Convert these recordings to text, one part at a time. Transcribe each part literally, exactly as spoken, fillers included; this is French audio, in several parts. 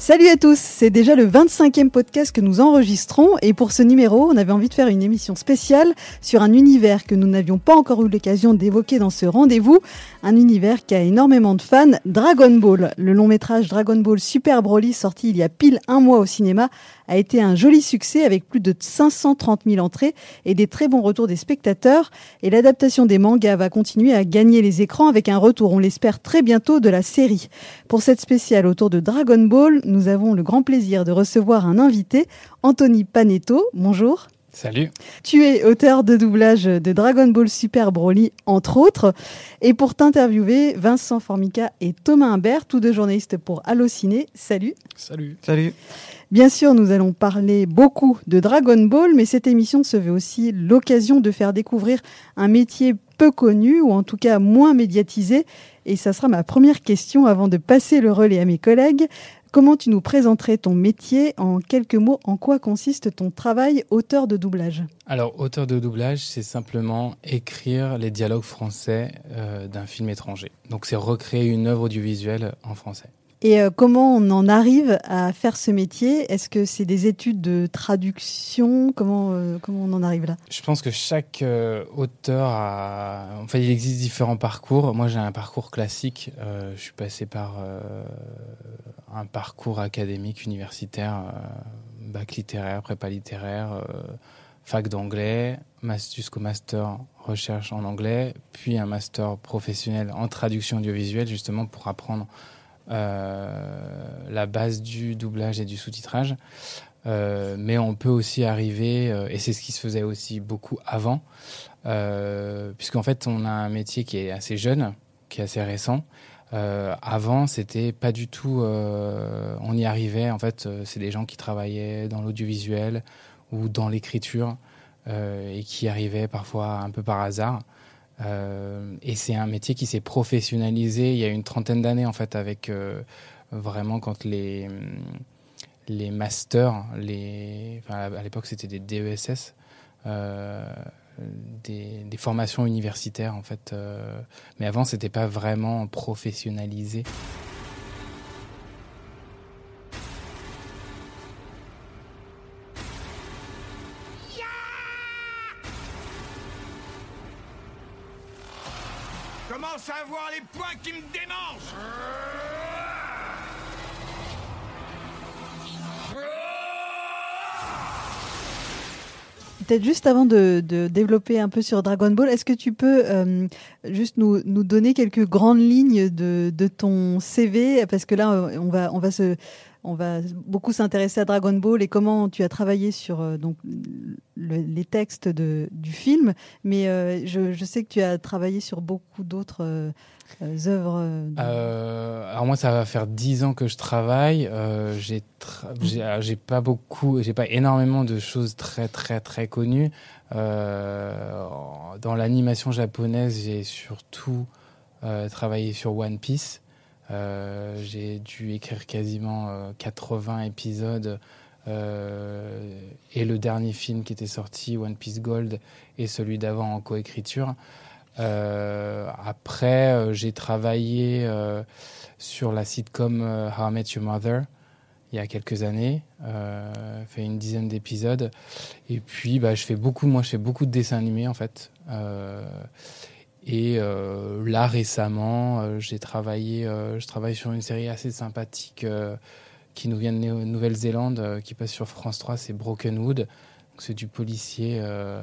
Salut à tous, c'est déjà le vingt-cinquième podcast que nous enregistrons et pour ce numéro, on avait envie de faire une émission spéciale sur un univers que nous n'avions pas encore eu l'occasion d'évoquer dans ce rendez-vous, un univers qui a énormément de fans, Dragon Ball. Le long métrage Dragon Ball Super Broly, sorti il y a pile un mois au cinéma, a été un joli succès avec plus de cinq cent trente mille entrées et des très bons retours des spectateurs. Et l'adaptation des mangas va continuer à gagner les écrans avec un retour, on l'espère très bientôt, de la série. Pour cette spéciale autour de Dragon Ball, nous avons le grand plaisir de recevoir un invité, Anthony Panetto. Bonjour. Salut. Tu es auteur de doublage de Dragon Ball Super Broly, entre autres. Et pour t'interviewer, Vincent Formica et Thomas Imbert, tous deux journalistes pour Allociné. Salut. Salut. Salut. Bien sûr, nous allons parler beaucoup de Dragon Ball, mais cette émission se veut aussi l'occasion de faire découvrir un métier peu connu, ou en tout cas moins médiatisé. Et ça sera ma première question avant de passer le relais à mes collègues. Comment tu nous présenterais ton métier en quelques mots? En quoi consiste ton travail auteur de doublage? Alors, auteur de doublage, c'est simplement écrire les dialogues français euh, d'un film étranger. Donc, c'est recréer une œuvre audiovisuelle en français. Et euh, comment on en arrive à faire ce métier? Est-ce que c'est des études de traduction? Comment, euh, comment on en arrive là? Je pense que chaque euh, auteur a... Enfin, il existe différents parcours. Moi, j'ai un parcours classique. Euh, je suis passé par euh, un parcours académique, universitaire, euh, bac littéraire, prépa littéraire, euh, fac d'anglais, jusqu'au master recherche en anglais, puis un master professionnel en traduction audiovisuelle, justement pour apprendre Euh, la base du doublage et du sous-titrage. Euh, mais on peut aussi arriver, euh, et c'est ce qui se faisait aussi beaucoup avant, euh, puisqu'en fait, on a un métier qui est assez jeune, qui est assez récent. Euh, avant, c'était pas du tout... Euh, on y arrivait, en fait, euh, c'est des gens qui travaillaient dans l'audiovisuel ou dans l'écriture euh, et qui arrivaient parfois un peu par hasard. Euh, et c'est un métier qui s'est professionnalisé il y a une trentaine d'années en fait, avec euh, vraiment quand les les masters, les, enfin, à l'époque c'était des D E S S, euh, des, des formations universitaires en fait, euh, mais avant c'était pas vraiment professionnalisé. Commence à avoir les poings qui me démangent. Peut-être juste avant de, de développer un peu sur Dragon Ball, est-ce que tu peux euh, juste nous, nous donner quelques grandes lignes de, de ton C V? Parce que là, on va, on va se... On va beaucoup s'intéresser à Dragon Ball et comment tu as travaillé sur euh, donc, le, les textes de, du film. Mais euh, je, je sais que tu as travaillé sur beaucoup d'autres euh, œuvres. Euh, de... euh, alors moi, ça va faire dix ans que je travaille. Euh, j'ai, tra- j'ai, j'ai pas beaucoup, j'ai pas énormément de choses très très très connues. Euh, dans l'animation japonaise, j'ai surtout euh, travaillé sur One Piece. Euh, j'ai dû écrire quasiment euh, quatre-vingts épisodes euh, et le dernier film qui était sorti, One Piece Gold, et celui d'avant en coécriture. Euh, après, euh, j'ai travaillé euh, sur la sitcom euh, How I Met Your Mother il y a quelques années, euh, fait une dizaine d'épisodes. Et puis, bah, je fais beaucoup, moi, je fais beaucoup de dessins animés en fait. Euh, Et euh, là, récemment, euh, j'ai travaillé, euh, je travaille sur une série assez sympathique euh, qui nous vient de Né- Nouvelle-Zélande, euh, qui passe sur France trois, c'est Brokenwood. Donc, c'est du policier euh,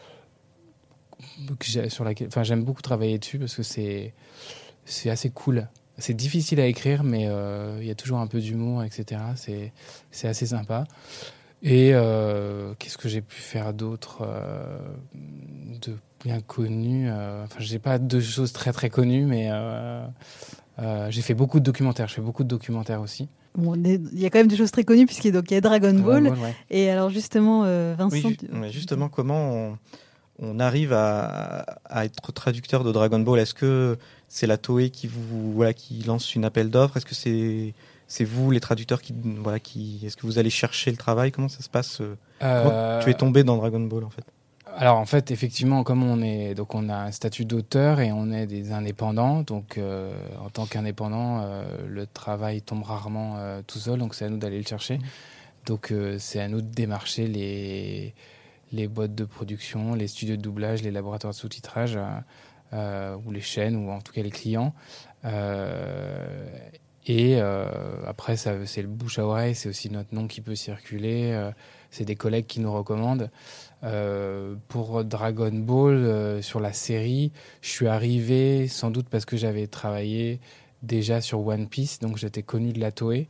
que j'ai, sur laquelle, enfin, j'aime beaucoup travailler dessus parce que c'est, c'est assez cool. C'est difficile à écrire, mais euh, il y a toujours un peu d'humour, et cetera. C'est, c'est assez sympa. Et euh, qu'est-ce que j'ai pu faire d'autre euh, de bien connu euh, Enfin, j'ai pas de choses très très connues, mais euh, euh, j'ai fait beaucoup de documentaires. Je fais beaucoup de documentaires aussi. Bon, il y a quand même des choses très connues puisqu'il y a Dragon Ball. Dragon Ball, ouais. Et alors justement, euh, Vincent... Oui, tu... mais justement, comment on, on arrive à, à être traducteur de Dragon Ball? Est-ce que c'est la Toei qui vous voilà qui lance une appel d'offres? Est-ce que c'est c'est vous les traducteurs qui voilà qui est-ce que vous allez chercher le travail? Comment ça se passe? Euh... Comment tu es tombé dans Dragon Ball en fait? Alors en fait, effectivement, comme on est, donc on a un statut d'auteur et on est des indépendants, donc euh, en tant qu'indépendant, euh, le travail tombe rarement euh, tout seul, donc c'est à nous d'aller le chercher. Donc euh, c'est à nous de démarcher les les boîtes de production, les studios de doublage, les laboratoires de sous-titrage, euh, euh, ou les chaînes, ou en tout cas les clients. Euh, et euh, après, ça, c'est le bouche à oreille, c'est aussi notre nom qui peut circuler. Euh, c'est des collègues qui nous recommandent. Euh, pour Dragon Ball, euh, sur la série, je suis arrivé sans doute parce que j'avais travaillé déjà sur One Piece, donc j'étais connu de la Toei.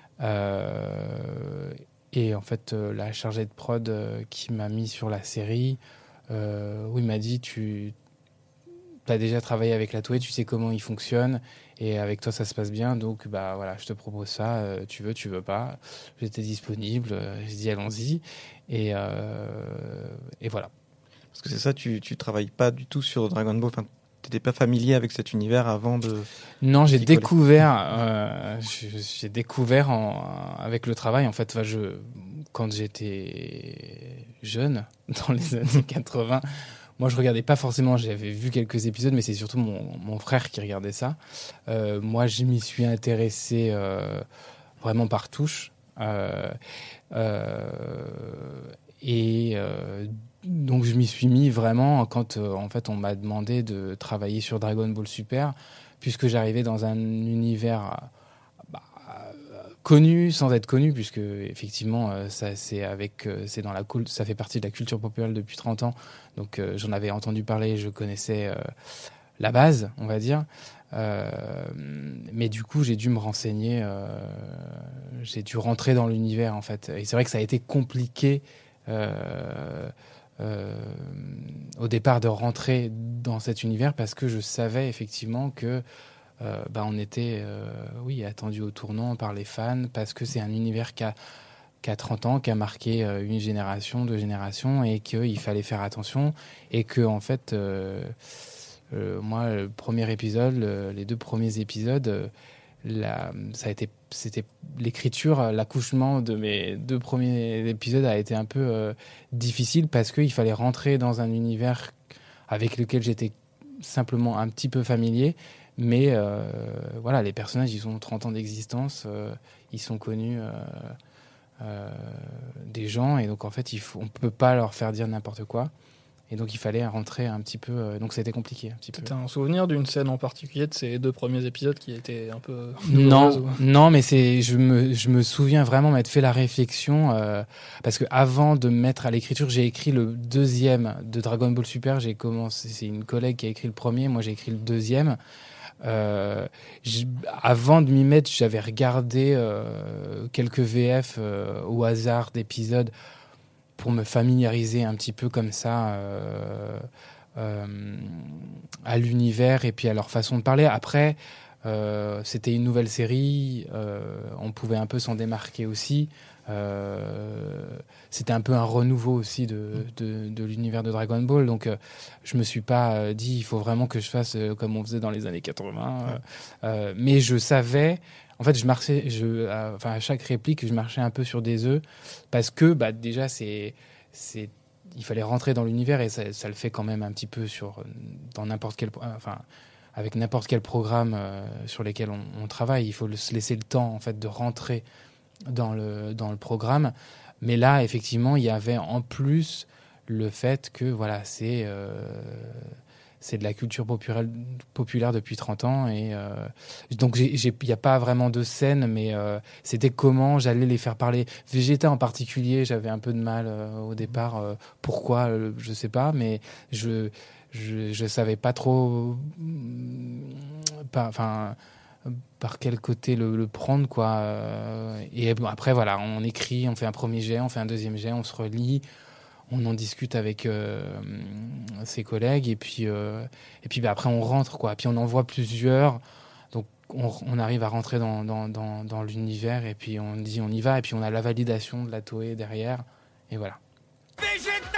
Euh, et en fait, euh, la chargée de prod euh, qui m'a mis sur la série, euh, oui, m'a dit tu as déjà travaillé avec la Toei, tu sais comment il fonctionne, et avec toi ça se passe bien, donc bah voilà, je te propose ça, euh, tu veux, tu veux pas. J'étais disponible, euh, j'ai dit allons-y, et, euh, et voilà. Parce que c'est ça, tu tu travailles pas du tout sur Dragon Ball, enfin, t'étais pas familier avec cet univers avant de... Non, j'ai d'y coller. découvert, euh, j'ai découvert en, avec le travail, en fait, enfin, je, quand j'étais jeune, dans les années quatre-vingts, moi je regardais pas forcément, j'avais vu quelques épisodes, mais c'est surtout mon, mon frère qui regardait ça. Euh, moi je m'y suis intéressé euh, vraiment par touche. Euh, euh, et euh, donc je m'y suis mis vraiment quand euh, en fait on m'a demandé de travailler sur Dragon Ball Super, puisque j'arrivais dans un univers bah, connu sans être connu, puisque effectivement euh, ça c'est avec euh, c'est dans la cul- ça fait partie de la culture populaire depuis trente ans, donc euh, j'en avais entendu parler, je connaissais euh, la base, on va dire. Euh, mais du coup j'ai dû me renseigner, euh, j'ai dû rentrer dans l'univers en fait, et c'est vrai que ça a été compliqué euh, euh, au départ de rentrer dans cet univers, parce que je savais effectivement que Euh, bah, on était euh, oui, attendu au tournant par les fans, parce que c'est un univers qui a, qui a trente ans, qui a marqué euh, une génération, deux générations, et qu'il fallait faire attention, et que en fait euh, euh, moi le premier épisode, le, les deux premiers épisodes, euh, la, ça a été, c'était l'écriture, l'accouchement de mes deux premiers épisodes a été un peu euh, difficile, parce qu'il fallait rentrer dans un univers avec lequel j'étais simplement un petit peu familier. Mais euh, voilà, les personnages, ils ont trente ans d'existence, euh, ils sont connus euh, euh, des gens, et donc en fait, il faut, on ne peut pas leur faire dire n'importe quoi. Et donc il fallait rentrer un petit peu, euh, donc c'était compliqué un petit peu. T'as un souvenir d'une scène en particulier de ces deux premiers épisodes qui était un peu Non, douloureuse, ou... non, mais c'est, je me, je me souviens vraiment m'être fait la réflexion, euh, parce que avant de me mettre à l'écriture, j'ai écrit le deuxième de Dragon Ball Super. J'ai commencé, c'est une collègue qui a écrit le premier, moi j'ai écrit le deuxième. Euh, avant de m'y mettre, j'avais regardé euh, quelques V F euh, au hasard d'épisodes pour me familiariser un petit peu comme ça euh, euh, à l'univers et puis à leur façon de parler. Après, euh, c'était une nouvelle série, euh, on pouvait un peu s'en démarquer aussi. Euh, c'était un peu un renouveau aussi de, de, de l'univers de Dragon Ball, donc euh, je me suis pas euh, dit il faut vraiment que je fasse euh, comme on faisait dans les années quatre-vingts, euh, euh, mais je savais, en fait je marchais, je, euh, enfin à chaque réplique je marchais un peu sur des œufs, parce que bah, déjà c'est, c'est, il fallait rentrer dans l'univers, et ça, ça le fait quand même un petit peu sur, dans n'importe quel, enfin avec n'importe quel programme euh, sur lesquels on, on travaille, il faut le, se laisser le temps en fait de rentrer dans le, dans le programme. Mais là, effectivement, il y avait en plus le fait que voilà, c'est, euh, c'est de la culture populaire, populaire depuis trente ans. Et euh, donc, il n'y a pas vraiment de scène, mais euh, c'était comment j'allais les faire parler. Vegeta en particulier, j'avais un peu de mal euh, au départ. Euh, pourquoi, euh, je ne sais pas, mais je je ne savais pas trop... Enfin... par quel côté le, le prendre, quoi. Et bon, après, voilà, on écrit, on fait un premier jet, on fait un deuxième jet, on se relit, on en discute avec euh, ses collègues, et puis, euh, et puis bah, après, on rentre, quoi. Puis on en voit plusieurs, donc on, on arrive à rentrer dans, dans, dans, dans l'univers, et puis on dit on y va, et puis on a la validation de la Toei derrière, et voilà. Vegeta!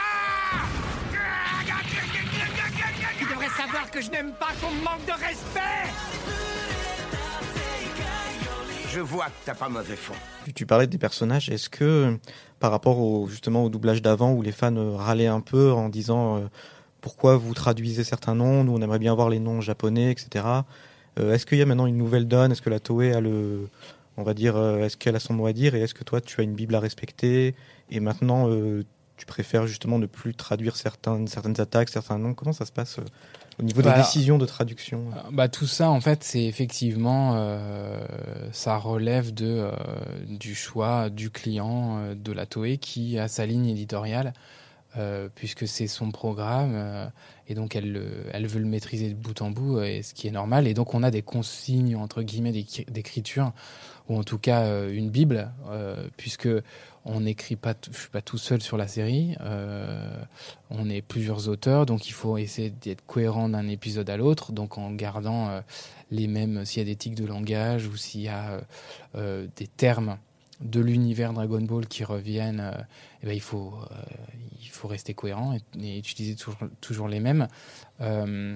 Tu devrais savoir que je n'aime pas qu'on me manque de respect! Je vois que t'as pas mauvais fond. Tu, tu parlais des personnages. Est-ce que, par rapport au, justement au doublage d'avant, où les fans euh, râlaient un peu en disant euh, pourquoi vous traduisez certains noms, nous on aimerait bien voir les noms japonais, et cetera. Euh, est-ce qu'il y a maintenant une nouvelle donne? Est-ce que la Toei a le, on va dire, euh, est-ce qu'elle a son mot à dire? Et est-ce que toi tu as une bible à respecter? Et maintenant, euh, tu préfères justement ne plus traduire certaines, certaines attaques, certains noms? Comment ça se passe euh, au niveau des Bah, décisions de traduction? Bah, tout ça, en fait, c'est effectivement, euh, ça relève de, euh, du choix du client, euh, de la Toei, qui a sa ligne éditoriale, euh, puisque c'est son programme, euh, et donc elle, le- elle veut le maîtriser de bout en bout, et ce qui est normal. Et donc on a des consignes, entre guillemets, d'écri- d'écriture, ou en tout cas euh, une bible, euh, puisque on n'écrit pas, t- je suis pas tout seul sur la série, euh, on est plusieurs auteurs, donc il faut essayer d'être cohérent d'un épisode à l'autre, donc en gardant euh, les mêmes, s'il y a des tics de langage ou s'il y a euh, euh, des termes de l'univers Dragon Ball qui reviennent, euh, eh ben il faut, euh, il faut rester cohérent et, et utiliser toujours, toujours les mêmes. Euh,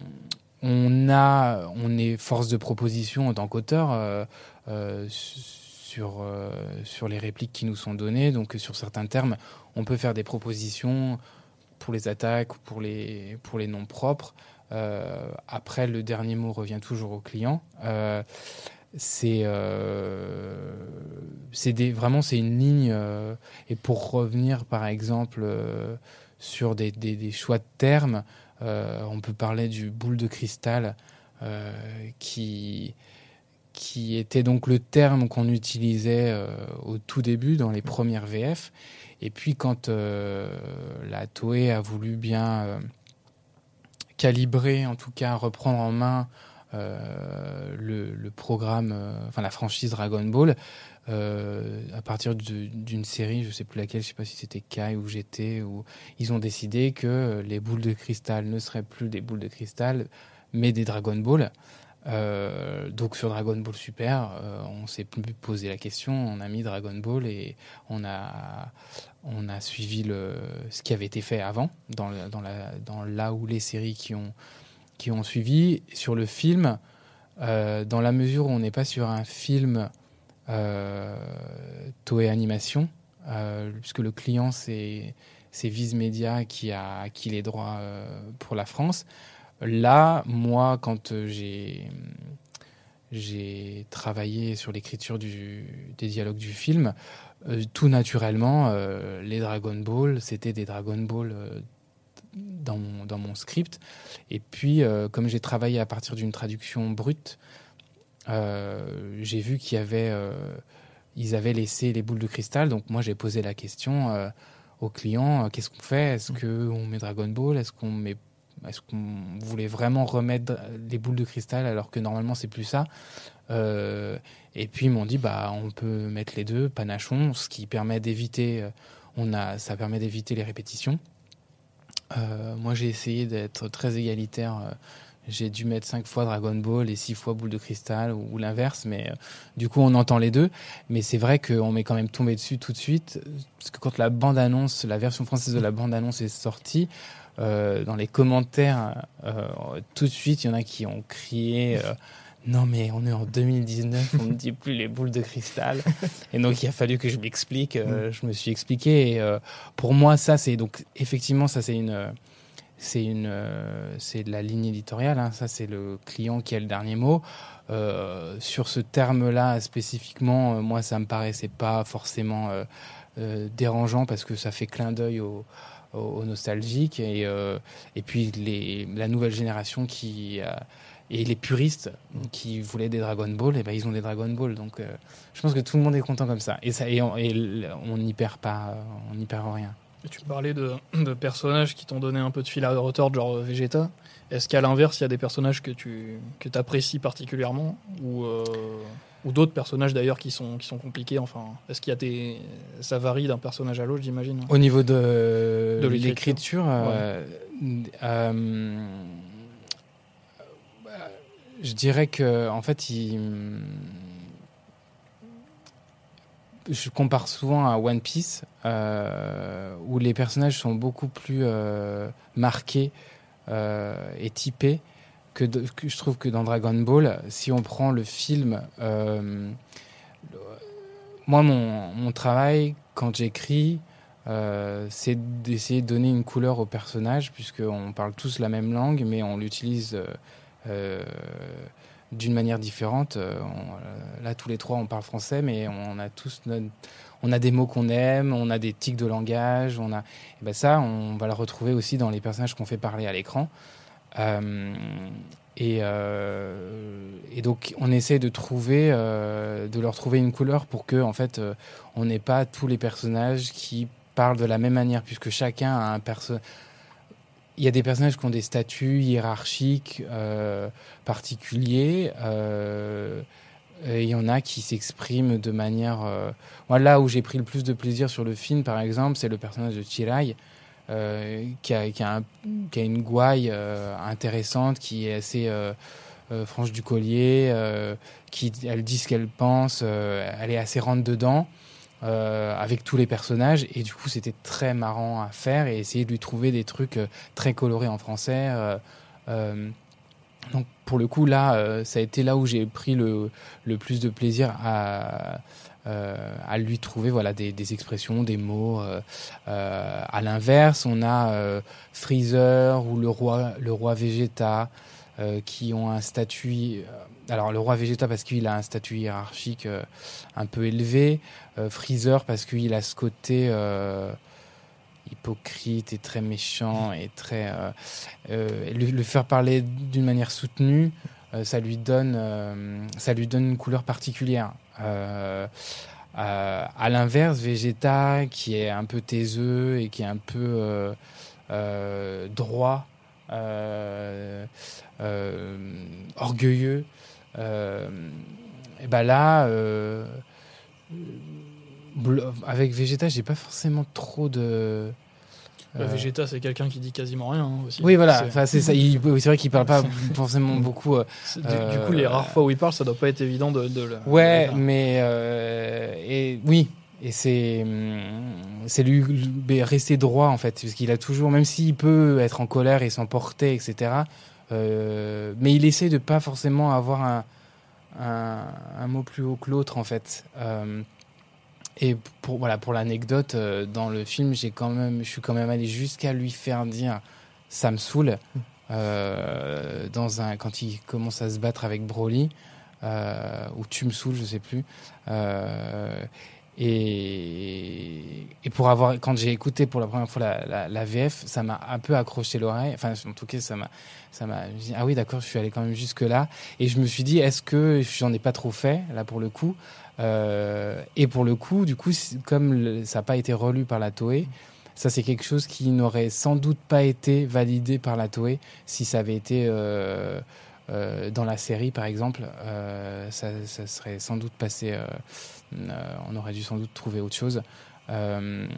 on a, on est force de proposition en tant qu'auteur euh, euh, sur euh, sur les répliques qui nous sont données. Donc sur certains termes, on peut faire des propositions pour les attaques ou pour les pour les noms propres. Euh, après, le dernier mot revient toujours au client. Euh, c'est euh, c'est des, vraiment c'est une ligne. Euh, et pour revenir, par exemple, euh, sur des, des, des choix de termes, euh, on peut parler du boule de cristal euh, qui qui était donc le terme qu'on utilisait euh, au tout début dans les premières V F. Et puis quand euh, la Toei a voulu bien euh, calibrer, en tout cas reprendre en main euh, le, le programme, euh, enfin la franchise Dragon Ball, euh, à partir de- d'une série, je sais plus laquelle, je sais pas si c'était Kai ou G T, où ils ont décidé que les boules de cristal ne seraient plus des boules de cristal, mais des Dragon Ball. Euh, donc sur Dragon Ball Super, euh, on s'est plus posé la question, on a mis Dragon Ball et on a on a suivi le ce qui avait été fait avant dans le- dans la dans là où les séries qui ont qui ont suivi. Sur le film, euh, dans la mesure où on n'est pas sur un film euh, Toei Animation, euh, puisque le client c'est c'est Viz Media qui a acquis les droits euh, pour la France. Là, moi, quand euh, j'ai j'ai travaillé sur l'écriture du, des dialogues du film, euh, tout naturellement, euh, les Dragon Ball, c'était des Dragon Ball euh, dans, mon, dans mon script. Et puis, euh, comme j'ai travaillé à partir d'une traduction brute, euh, j'ai vu qu'il y avait, euh, ils avaient laissé les boules de cristal. Donc moi, j'ai posé la question euh, au client, euh, qu'est-ce qu'on fait? Est-ce qu'on met Dragon Ball? Est-ce qu'on met Est-ce qu'on voulait vraiment remettre les boules de cristal alors que normalement c'est plus ça? Euh, Et puis ils m'ont dit bah on peut mettre les deux, panachon, ce qui permet d'éviter, euh, on a, ça permet d'éviter les répétitions. Euh, moi j'ai essayé d'être très égalitaire. euh, J'ai dû mettre cinq fois Dragon Ball et six fois boule de cristal ou, ou l'inverse, mais euh, du coup on entend les deux. Mais c'est vrai qu'on m'est quand même tombé dessus tout de suite, parce que quand la bande-annonce, la version française de la bande-annonce est sortie, euh, dans les commentaires, euh, tout de suite il y en a qui ont crié euh, non mais on est en deux mille dix-neuf, on ne dit plus les boules de cristal. Et donc il a fallu que je m'explique. Euh, je me suis expliqué. Et, euh, pour moi ça c'est donc effectivement ça c'est une c'est une euh, c'est de la ligne éditoriale, hein. Ça c'est le client qui a le dernier mot. Euh, sur ce terme-là spécifiquement, euh, moi ça me paraissait pas forcément euh, euh, dérangeant parce que ça fait clin d'œil au, au, au nostalgique et euh, et puis les la nouvelle génération qui euh, et les puristes qui voulaient des Dragon Ball, et ben ils ont des Dragon Ball. Donc euh, je pense que tout le monde est content comme ça. Et ça et on et on n'y perd pas, on n'y perd rien. Et tu parlais de, de personnages qui t'ont donné un peu de fil à retordre, genre Vegeta. Est-ce qu'à l'inverse, il y a des personnages que tu que apprécies particulièrement ou, euh, ou d'autres personnages d'ailleurs qui sont, qui sont compliqués? Enfin, est-ce qu'il y a des... Ça varie d'un personnage à l'autre, j'imagine. Au niveau de, De l'écriture, l'écriture, euh, euh, je dirais que en fait, il, je compare souvent à One Piece, euh, où les personnages sont beaucoup plus euh, marqués euh, et typés que, de, que je trouve que dans Dragon Ball. Si on prend le film, euh, moi, mon, mon travail, quand j'écris, euh, c'est d'essayer de donner une couleur au personnage, puisqu'on parle tous la même langue, mais on l'utilise euh, euh, d'une manière différente. Euh, on, là, tous les trois, on parle français, mais on a tous notre, on a des mots qu'on aime, on a des tics de langage. On a, et ben ça, on va le retrouver aussi dans les personnages qu'on fait parler à l'écran. Euh, et, euh, et donc, on essaie de trouver, euh, de leur trouver une couleur pour que, en fait, euh, on n'ait pas tous les personnages qui parlent de la même manière, puisque chacun a un personnage. Il y a des personnages qui ont des statuts hiérarchiques euh, particuliers. Euh, et il y en a qui s'expriment de manière... Euh... Moi, là où j'ai pris le plus de plaisir sur le film, par exemple, c'est le personnage de Chirai, euh, qui, a, qui, a un, qui a une gouaille euh, intéressante, qui est assez euh, euh, franche du collier, euh, qui, elle dit ce qu'elle pense, euh, elle est assez rentre-dedans. Euh, avec tous les personnages, et du coup c'était très marrant à faire et essayer de lui trouver des trucs euh, très colorés en français. Euh, euh, donc pour le coup là, euh, ça a été là où j'ai pris le, le plus de plaisir à, euh, à lui trouver voilà, des, des expressions, des mots. Euh, euh, à l'inverse, on a euh, Freezer ou le roi, le roi Vegeta euh, qui ont un statut... Alors le roi Vegeta parce qu'il a un statut hiérarchique euh, un peu élevé, euh, Freezer parce qu'il a ce côté euh, hypocrite et très méchant et très euh, euh, le, le faire parler d'une manière soutenue, euh, ça lui donne euh, ça lui donne une couleur particulière. Euh, euh, à l'inverse, Vegeta qui est un peu taiseux et qui est un peu euh, euh, droit, euh, euh, orgueilleux. Euh, et ben là, euh, avec Vegeta, j'ai pas forcément trop de. Euh... Bah, Vegeta, c'est quelqu'un qui dit quasiment rien hein, aussi. Oui, voilà. C'est, enfin, c'est, ça. Il, c'est vrai qu'il parle pas forcément beaucoup. Euh, du, du coup, les rares fois où il parle, ça doit pas être évident de. de le, ouais, de le mais euh, et oui. Et c'est, c'est lui, lui rester droit en fait, parce qu'il a toujours, même s'il peut être en colère et s'emporter, et cetera. Euh, mais il essaie de pas forcément avoir un, un, un mot plus haut que l'autre en fait. Euh, et pour voilà pour l'anecdote, euh, dans le film, j'ai quand même, je suis quand même allé jusqu'à lui faire dire ça me saoule euh, dans un quand il commence à se battre avec Broly euh, ou tu me saoules, je sais plus. Euh, Et, et pour avoir, quand j'ai écouté pour la première fois la, la, la V F, ça m'a un peu accroché l'oreille. Enfin, en tout cas, ça m'a, ça m'a dit, ah oui, d'accord, je suis allé quand même jusque là. Et je me suis dit, est-ce que j'en ai pas trop fait, là, pour le coup? Euh, et pour le coup, du coup, comme le, ça n'a pas été relu par la Toei, ça, c'est quelque chose qui n'aurait sans doute pas été validé par la Toei si ça avait été, euh, euh, dans la série, par exemple, euh, ça, ça serait sans doute passé, euh, Euh, on aurait dû sans doute trouver autre chose. Euh...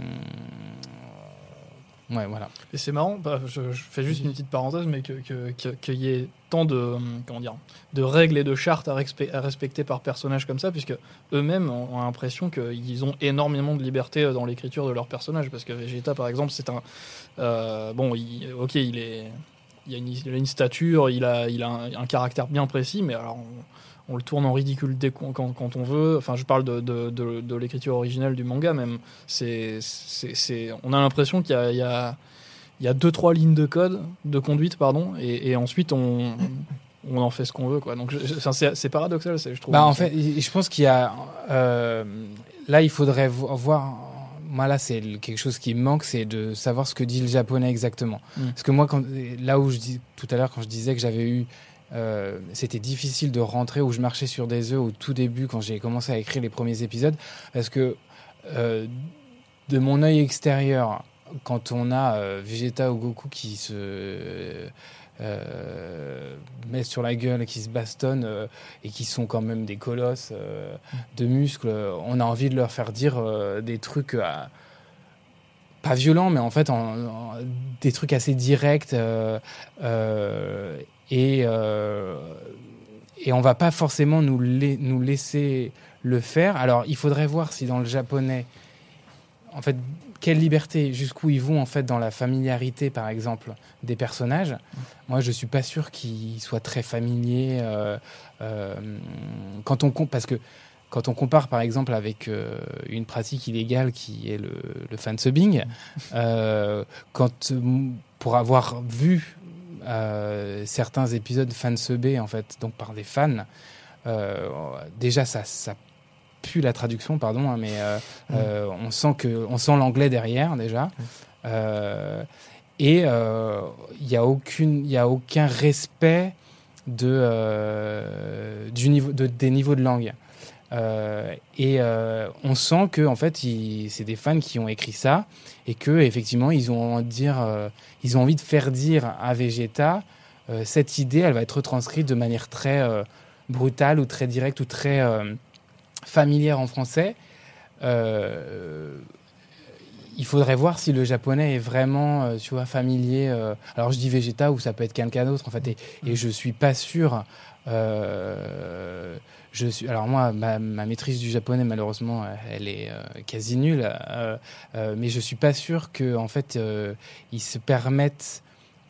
Ouais, voilà. Et c'est marrant, bah, je, je fais juste une petite parenthèse, mais que, que, que, qu'il y ait tant de, comment dire, de règles et de chartes à, respect, à respecter par personnage comme ça, puisque eux-mêmes ont, ont l'impression qu'ils ont énormément de liberté dans l'écriture de leurs personnages. Parce que Vegeta, par exemple, c'est un... Euh, bon, il, ok, il est... Il a, une, il a une stature, il a, il a un, un caractère bien précis, mais alors... On, on le tourne en ridicule dès quand, quand, quand on veut. Enfin, je parle de, de, de, de l'écriture originale du manga même. C'est, c'est, c'est, on a l'impression qu'il y a, il y a, il y a deux, trois lignes de code, de conduite, pardon, et, et ensuite on, on en fait ce qu'on veut, quoi. Donc, je, c'est, c'est paradoxal, c'est, je trouve. Bah, en fait, je pense qu'il y a. Euh, là, il faudrait voir. Moi, là, c'est quelque chose qui me manque, c'est de savoir ce que dit le japonais exactement. Mm. Parce que moi, quand, là où je dis tout à l'heure, quand je disais que j'avais eu. Euh, c'était difficile de rentrer, où je marchais sur des œufs au tout début quand j'ai commencé à écrire les premiers épisodes, parce que euh, de mon œil extérieur, quand on a euh, Vegeta ou Goku qui se euh, mettent sur la gueule, qui se bastonnent euh, et qui sont quand même des colosses euh, de muscles, on a envie de leur faire dire euh, des trucs euh, pas violents, mais en fait en, en, des trucs assez directs euh, euh, Et, euh, et on va pas forcément nous, la- nous laisser le faire. Alors, il faudrait voir si dans le japonais, en fait, quelle liberté, jusqu'où ils vont en fait dans la familiarité, par exemple, des personnages. Moi, je suis pas sûr qu'ils soient très familiers euh, euh, quand on compte, parce que quand on compare par exemple avec euh, une pratique illégale qui est le, le fansubbing, euh, quand pour avoir vu euh, certains épisodes fansubbés en fait, donc par des fans, euh, déjà ça, ça pue la traduction, pardon, hein, mais euh, mmh. euh, on sent que on sent l'anglais derrière déjà, mmh. euh, et il euh, y a aucune, il y a aucun respect de euh, du niveau, de, des niveaux de langue. Euh, et euh, on sent que en fait il, c'est des fans qui ont écrit ça et que effectivement ils ont envie de dire euh, ils ont envie de faire dire à Vegeta euh, cette idée elle va être retranscrite de manière très euh, brutale ou très directe ou très euh, familière en français. Euh, il faudrait voir si le japonais est vraiment euh, tu vois familier euh, alors je dis Vegeta ou ça peut être quelqu'un d'autre en fait et, et je suis pas sûr euh, Je suis, alors moi, ma, ma maîtrise du japonais, malheureusement, elle est euh, quasi nulle, euh, euh, mais je suis pas sûr que, en fait, euh, ils se permettent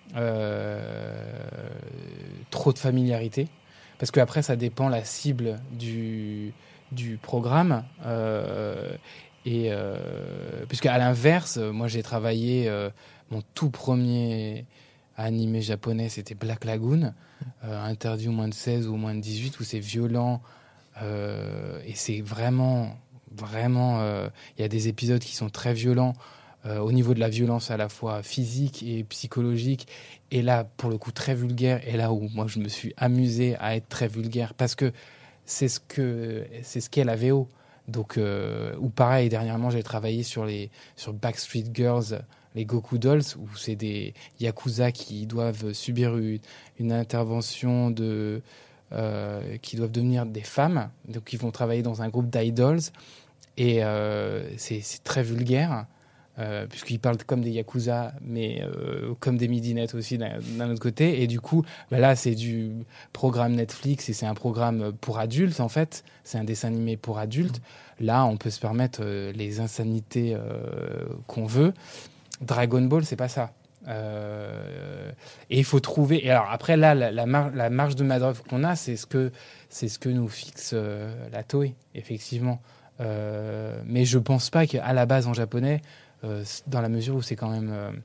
euh, trop de familiarité, parce que après, ça dépend la cible du du programme, euh, et euh, puisque à l'inverse, moi, j'ai travaillé euh, mon tout premier animé japonais, c'était Black Lagoon. Euh, interdit au moins de seize ou au moins de dix-huit, où c'est violent euh, et c'est vraiment vraiment il euh, y a des épisodes qui sont très violents euh, au niveau de la violence à la fois physique et psychologique, et là pour le coup très vulgaire, et là où moi je me suis amusé à être très vulgaire parce que c'est ce que c'est ce qu'est la V O. Donc euh, ou pareil, dernièrement j'ai travaillé sur les sur Backstreet Girls, les Goku Dolls, où c'est des yakuza qui doivent subir une, une intervention de euh, qui doivent devenir des femmes, donc ils vont travailler dans un groupe d'idols, et euh, c'est, c'est très vulgaire euh, puisqu'ils parlent comme des yakuza mais euh, comme des midinettes aussi d'un, d'un autre côté, et du coup bah là c'est du programme Netflix et c'est un programme pour adultes en fait, c'est un dessin animé pour adultes. Là on peut se permettre euh, les insanités euh, qu'on veut. Dragon Ball, c'est pas ça. Euh, et il faut trouver. Et alors après là, la, la, mar- la marge de manœuvre qu'on a, c'est ce que c'est ce que nous fixe euh, la Toei, effectivement. Euh, mais je pense pas qu'à la base en japonais, euh, dans la mesure où c'est quand même euh,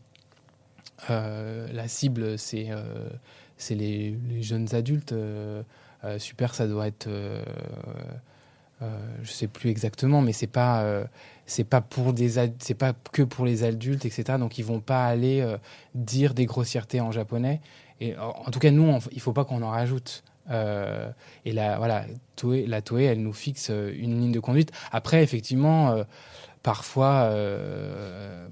euh, la cible, c'est euh, c'est les, les jeunes adultes. Euh, euh, super, ça doit être. Euh, Euh, je sais plus exactement, mais c'est pas euh, c'est pas pour des ad- c'est pas que pour les adultes, et cetera. Donc ils vont pas aller euh, dire des grossièretés en japonais. Et en, en tout cas nous, on, il faut pas qu'on en rajoute. Euh, et la voilà, Toei, la Toei, elle nous fixe une ligne de conduite. Après, effectivement, euh, parfois euh,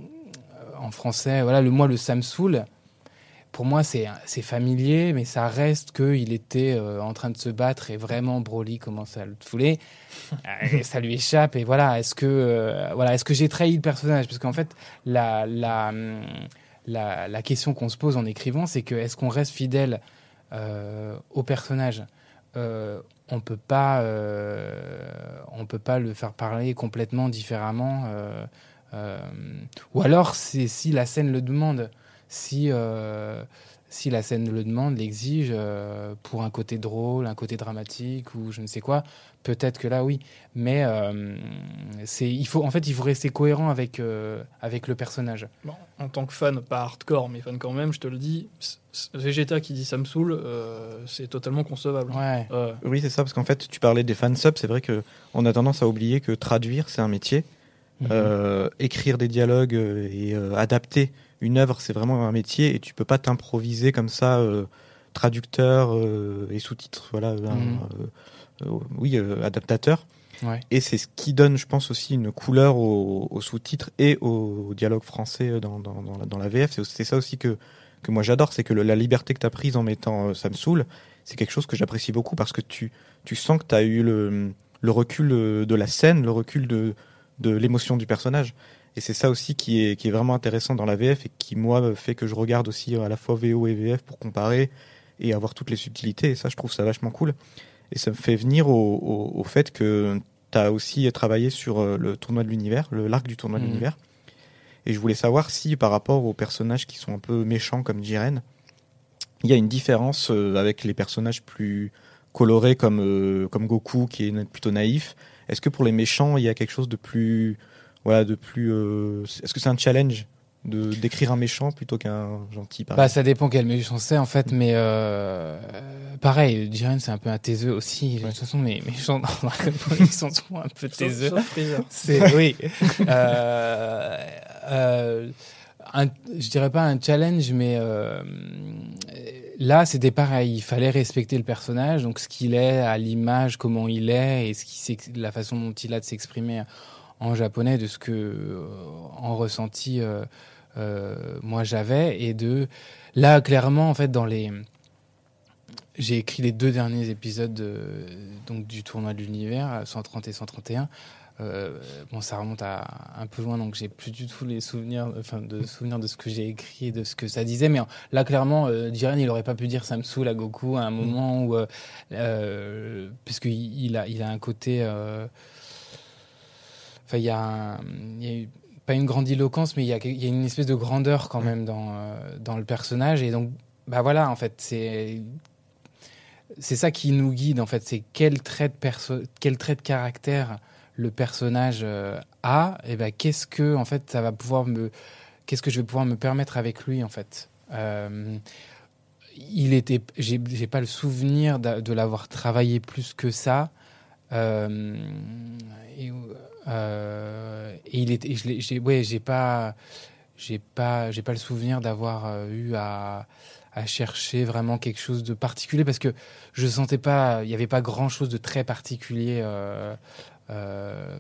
en français, voilà, le moi le Samsoul. Pour moi, c'est, c'est familier, mais ça reste qu'il était euh, en train de se battre et vraiment Broly commence à le fouler. Et ça lui échappe. Et voilà, est-ce que, euh, voilà, est-ce que j'ai trahi le personnage ? Parce qu'en fait, la, la, la, la question qu'on se pose en écrivant, c'est que est-ce qu'on reste fidèle euh, au personnage ? euh, On peut pas, euh, on peut pas le faire parler complètement différemment. Euh, euh, ou alors, c'est si la scène le demande. Si, euh, si la scène le demande, l'exige, euh, pour un côté drôle, un côté dramatique ou je ne sais quoi, peut-être que là, oui. Mais euh, c'est, il faut, en fait, il faut rester cohérent avec, euh, avec le personnage. Bon, en tant que fan, pas hardcore, mais fan quand même, je te le dis, Vegeta qui dit ça me saoule, euh, c'est totalement concevable. Ouais. Euh, Oui, c'est ça, parce qu'en fait, tu parlais des fansubs, c'est vrai qu'on a tendance à oublier que traduire, c'est un métier. Mmh. Euh, écrire des dialogues et euh, adapter une œuvre, c'est vraiment un métier, et tu peux pas t'improviser comme ça, euh, traducteur euh, et sous-titres, voilà, mmh. un, euh, euh, oui, euh, adaptateur. Ouais. Et c'est ce qui donne, je pense, aussi une couleur aux, aux sous-titres et au dialogue français dans, dans, dans, la, dans la V F. C'est, c'est ça aussi que, que moi j'adore, c'est que le, la liberté que tu as prise en mettant euh, ça me saoule, c'est quelque chose que j'apprécie beaucoup, parce que tu, tu sens que tu as eu le, le recul de la scène, le recul de, de l'émotion du personnage. Et c'est ça aussi qui est, qui est vraiment intéressant dans la V F, et qui, moi, fait que je regarde aussi à la fois V O et V F pour comparer et avoir toutes les subtilités. Et ça, je trouve ça vachement cool. Et ça me fait venir au, au, au fait que tu as aussi travaillé sur le tournoi de l'univers, le, l'arc du tournoi mmh. de l'univers. Et je voulais savoir si, par rapport aux personnages qui sont un peu méchants comme Jiren, il y a une différence avec les personnages plus coloré comme euh, comme Goku qui est plutôt naïf. Est-ce que pour les méchants il y a quelque chose de plus voilà de plus euh, est-ce que c'est un challenge de d'écrire un méchant plutôt qu'un gentil par Bah, exemple. ça dépend quel méchant c'est en fait, mais euh, pareil, Jiren c'est un peu un taiseux aussi. De toute façon, mes méchants dans Dragon Ball ils sont souvent un peu taiseux. Sauf Freezer. C'est oui. euh, euh, un, je dirais pas un challenge, mais euh, là c'était pareil. Il fallait respecter le personnage, donc ce qu'il est à l'image, comment il est et ce qui la façon dont il a de s'exprimer en japonais, de ce que euh, en ressenti. Euh, Euh, moi j'avais et de là clairement en fait dans les j'ai écrit les deux derniers épisodes de, donc du tournoi de l'univers cent trente et cent trente et un euh, bon ça remonte à un peu loin donc j'ai plus du tout les souvenirs enfin de souvenirs de ce que j'ai écrit et de ce que ça disait mais là clairement euh, Jiren il aurait pas pu dire ça me saoule à Goku à un moment où euh, euh, puisque il, il a il a un côté euh, enfin il y a un, il y a eu pas une grandiloquence, mais il y a, il y a une espèce de grandeur quand même dans, euh, dans le personnage. Et donc, bah voilà, en fait, c'est, c'est ça qui nous guide, en fait. C'est quel trait de, perso- quel trait de caractère le personnage euh, a, et ben qu'est-ce que, en fait, ça va pouvoir me, qu'est-ce que je vais pouvoir me permettre avec lui, en fait. Euh, il était, j'ai, j'ai pas le souvenir de, de l'avoir travaillé plus que ça. Euh, et, euh, et il était, et je l'ai, j'ai, ouais, j'ai pas, j'ai pas, j'ai pas le souvenir d'avoir euh, eu à, à chercher vraiment quelque chose de particulier parce que je sentais pas, il y avait pas grand chose de très particulier euh, euh,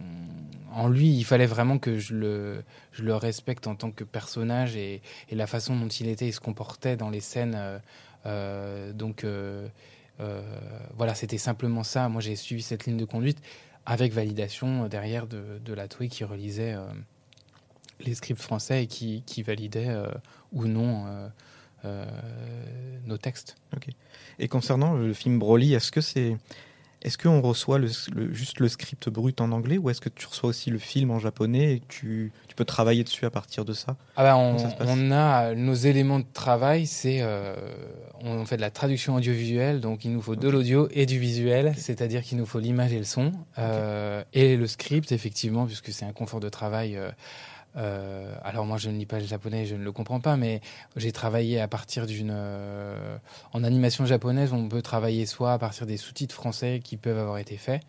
en lui. Il fallait vraiment que je le, je le respecte en tant que personnage et, et la façon dont il était et se comportait dans les scènes. Euh, euh, donc euh, Euh, voilà, c'était simplement ça. Moi, j'ai suivi cette ligne de conduite avec validation derrière de, de la Toei qui relisait euh, les scripts français et qui, qui validait euh, ou non euh, euh, nos textes. Okay. Et concernant le film Broly, est-ce que c'est est-ce qu'on reçoit le, le, juste le script brut en anglais ou est-ce que tu reçois aussi le film en japonais et que tu, tu peux travailler dessus à partir de ça? Ah bah on, on a nos éléments de travail, c'est euh, on fait de la traduction audiovisuelle, donc il nous faut de okay. l'audio et du visuel, okay. c'est-à-dire qu'il nous faut l'image et le son euh, okay. et le script effectivement puisque c'est un confort de travail. Euh, Euh, alors moi je ne lis pas le japonais, je ne le comprends pas, mais j'ai travaillé à partir d'une euh, en animation japonaise, on peut travailler soit à partir des sous-titres français qui peuvent avoir été faits,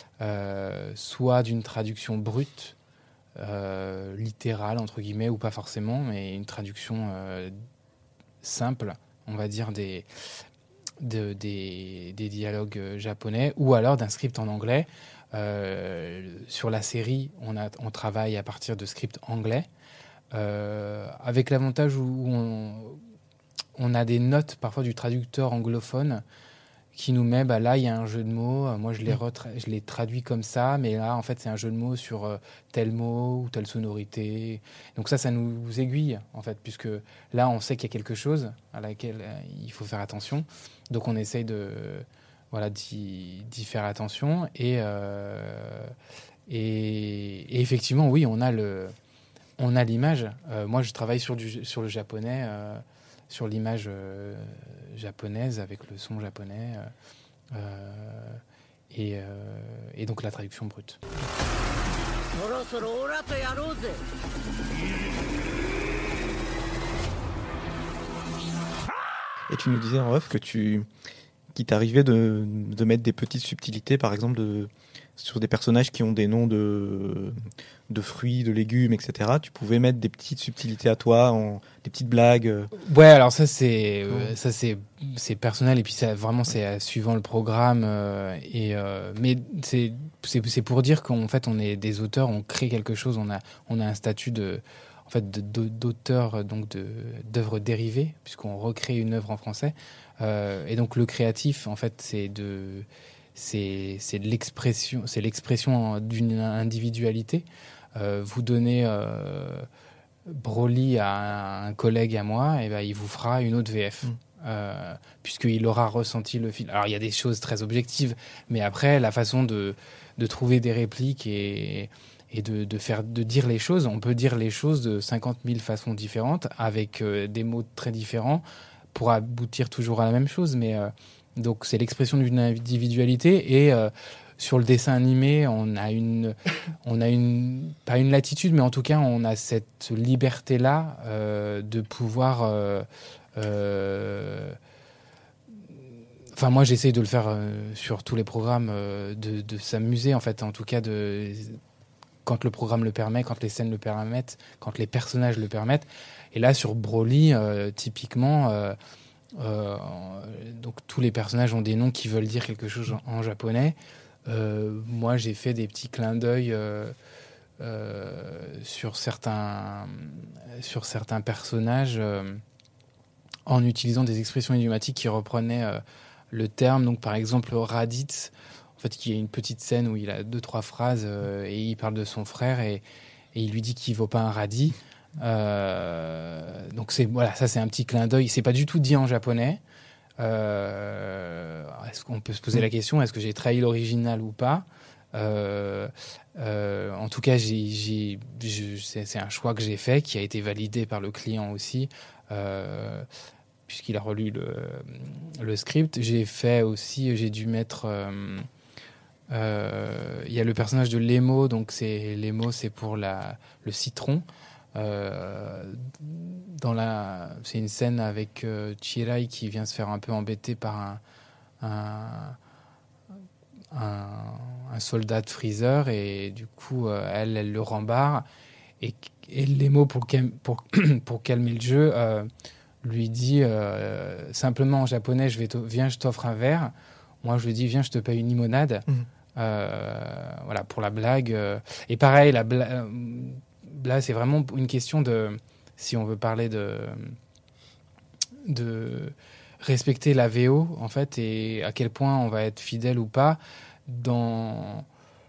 euh, soit d'une traduction brute, euh, littérale entre guillemets ou pas forcément, mais une traduction euh, simple, on va dire des de, des, des dialogues japonais, ou alors d'un script en anglais. Euh, sur la série, on, a, on travaille à partir de scripts anglais, euh, avec l'avantage où on, on a des notes parfois du traducteur anglophone qui nous met, bah là il y a un jeu de mots, moi je les, retra- je les traduis comme ça, mais là en fait c'est un jeu de mots sur euh, tel mot ou telle sonorité. Donc ça, ça nous aiguille en fait, puisque là on sait qu'il y a quelque chose à laquelle euh, il faut faire attention. Donc on essaye de... Voilà, d'y, d'y faire attention. Et, euh, et, et effectivement, oui, on a, le, on a l'image. Euh, moi, je travaille sur, du, sur le japonais, euh, sur l'image euh, japonaise, avec le son japonais. Euh, et, euh, et donc la traduction brute. Et tu nous disais en off que tu... qu'il t'arrivait de, de mettre des petites subtilités, par exemple, de, sur des personnages qui ont des noms de, de fruits, de légumes, et cetera. Tu pouvais mettre des petites subtilités à toi, en, des petites blagues. Ouais, alors ça, c'est, euh, ça, c'est, c'est personnel, et puis ça, vraiment, c'est euh, suivant le programme. Euh, et, euh, mais c'est, c'est, c'est pour dire qu'en fait, on est des auteurs, on crée quelque chose, on a, on a un statut de... En fait, de, de, d'auteur donc de, d'œuvres dérivées, puisqu'on recrée une œuvre en français. Euh, et donc le créatif, en fait, c'est de, c'est, c'est de l'expression, c'est l'expression d'une individualité. Euh, vous donnez euh, Broly à un collègue à moi, et ben il vous fera une autre V F. Mmh. Euh, puisqu'il aura ressenti le film. Alors il y a des choses très objectives, mais après la façon de, de trouver des répliques et et de, de, faire, de dire les choses. On peut dire les choses de cinquante mille façons différentes, avec euh, des mots très différents, pour aboutir toujours à la même chose. Mais, euh, Donc c'est l'expression d'une individualité et euh, sur le dessin animé, on a une, on a une, pas une latitude, mais en tout cas, on a cette liberté-là euh, de pouvoir. Euh, euh, Enfin, moi, j'essaye de le faire euh, sur tous les programmes, euh, de, de s'amuser, en fait, en tout cas, de, quand le programme le permet, quand les scènes le permettent, quand les personnages le permettent. Et là, sur Broly, euh, typiquement, euh, euh, donc tous les personnages ont des noms qui veulent dire quelque chose en, en japonais. Euh, moi, j'ai fait des petits clins d'œil euh, euh, sur certains, sur certains personnages euh, en utilisant des expressions idiomatiques qui reprenaient euh, le terme. Donc, par exemple, Raditz, en fait, il y a une petite scène où il a deux, trois phrases euh, et il parle de son frère et, et il lui dit qu'il vaut pas un radis. Euh, donc, c'est, voilà, ça, c'est un petit clin d'œil. C'est pas du tout dit en japonais. Euh, est-ce qu'on peut se poser la question, est-ce que j'ai trahi l'original ou pas? euh, euh, En tout cas, j'ai, j'ai, je, c'est, c'est un choix que j'ai fait, qui a été validé par le client aussi. Euh, puisqu'il a relu le, le script. J'ai fait aussi, j'ai dû mettre... Euh, euh, il y a le personnage de Lemo, donc c'est, Lemo, c'est pour la, le citron. Euh, dans la, c'est une scène avec euh, Chirai qui vient se faire un peu embêter par un, un, un, un soldat de Freezer, et du coup, euh, elle, elle le rembarre. Et, et Lemo, pour, pour, pour calmer le jeu... Euh, lui dit euh, simplement en japonais, je vais viens, je t'offre un verre. Moi, je lui dis, viens, je te paye une limonade. Mmh. Euh, voilà, pour la blague. Et pareil, la bla- là, c'est vraiment une question de, si on veut parler de, de respecter la V O, en fait, et à quel point on va être fidèle ou pas. Dans,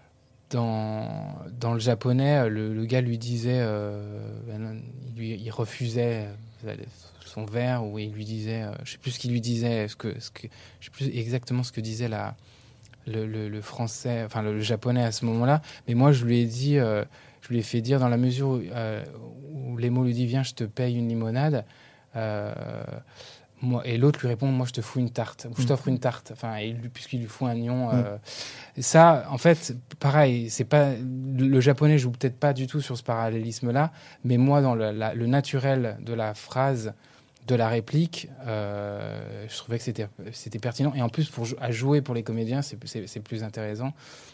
dans, dans le japonais, le, le gars lui disait, euh, il, lui, il refusait son verre, où il lui disait, euh, je sais plus ce qu'il lui disait, ce que, ce que, je sais plus exactement ce que disait la, le, le, le français, enfin le, le japonais à ce moment-là, mais moi je lui ai dit, euh, je lui ai fait dire dans la mesure où, euh, où Lemo lui dit viens, je te paye une limonade, euh, moi, et l'autre lui répond moi je te fous une tarte, ou je t'offre une tarte, enfin et lui, puisqu'il lui fout un nion. Euh, mm. Ça, en fait, pareil, c'est pas le japonais joue peut-être pas du tout sur ce parallélisme-là, mais moi dans le, la, le naturel de la phrase, de la réplique, euh, je trouvais que c'était, c'était pertinent. Et en plus, pour, à jouer pour les comédiens, c'est, c'est, c'est plus intéressant,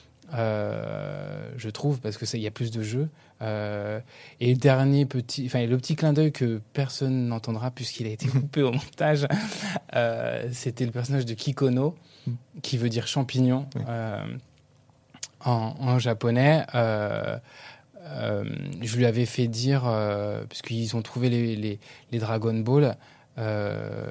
euh, je trouve, parce qu'il y a plus de jeux. Euh, et le dernier petit, enfin, le petit clin d'œil que personne n'entendra puisqu'il a été coupé au montage, euh, c'était le personnage de Kikono, qui veut dire champignon euh, en, en japonais. Euh, Euh, je lui avais fait dire, euh, puisqu'ils ont trouvé les, les, les Dragon Ball, euh,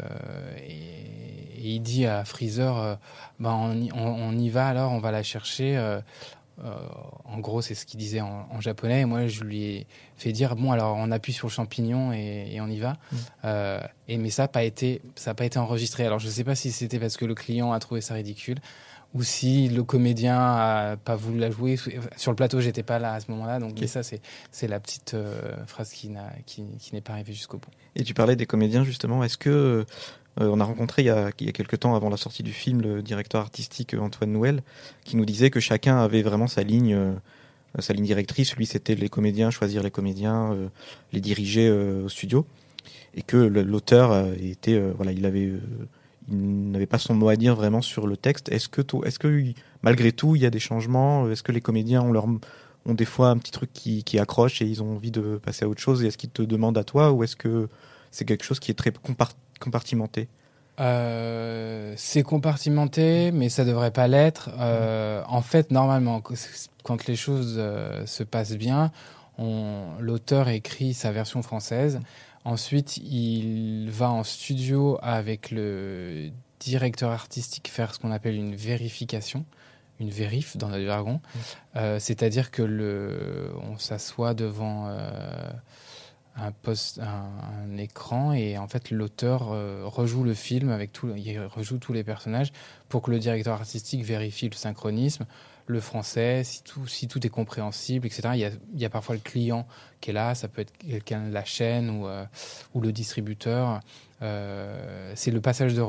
et, et il dit à Freezer, euh, bah, on, y, on, on y va alors, on va la chercher. Euh, euh, en gros, c'est ce qu'il disait en, en japonais. Et moi, je lui ai fait dire, bon, alors on appuie sur le champignon et, et on y va. Mmh. Euh, et, mais ça n'a pas été, ça n'a pas été enregistré. Alors, je ne sais pas si c'était parce que le client a trouvé ça ridicule, ou si le comédien a pas voulu la jouer. Sur le plateau, j'étais pas là à ce moment-là, donc okay. ça, c'est, c'est la petite euh, phrase qui, n'a, qui, qui n'est pas arrivée jusqu'au bout. Et tu parlais des comédiens, justement. Est-ce que, euh, on a rencontré il y a, il y a quelques temps, avant la sortie du film, le directeur artistique Antoine Nouel, qui nous disait que chacun avait vraiment sa ligne, euh, sa ligne directrice. Lui, c'était les comédiens, choisir les comédiens, euh, les diriger euh, au studio. Et que le, l'auteur euh, était, euh, voilà, il avait... Euh, il n'avait pas son mot à dire vraiment sur le texte. Est-ce que, est-ce que malgré tout, il y a des changements? Est-ce que les comédiens ont, leur, ont des fois un petit truc qui, qui accroche et ils ont envie de passer à autre chose? Et est-ce qu'ils te demandent à toi, ou est-ce que c'est quelque chose qui est très compart- compartimenté? euh, C'est compartimenté, mais ça devrait pas l'être. Euh, en fait, normalement, quand les choses euh, se passent bien, on, l'auteur écrit sa version française. Ensuite, il va en studio avec le directeur artistique faire ce qu'on appelle une vérification, une vérif dans le jargon. Mmh. Euh, c'est-à-dire que le, on s'assoit devant euh, un, poste, un, un écran et en fait l'auteur euh, rejoue le film avec tout, il rejoue tous les personnages pour que le directeur artistique vérifie le synchronisme, le français, si tout, si tout est compréhensible, et cetera. Il y a, il y a parfois le client qui est là, ça peut être quelqu'un de la chaîne ou, euh, ou le distributeur. Euh, c'est le passage de relais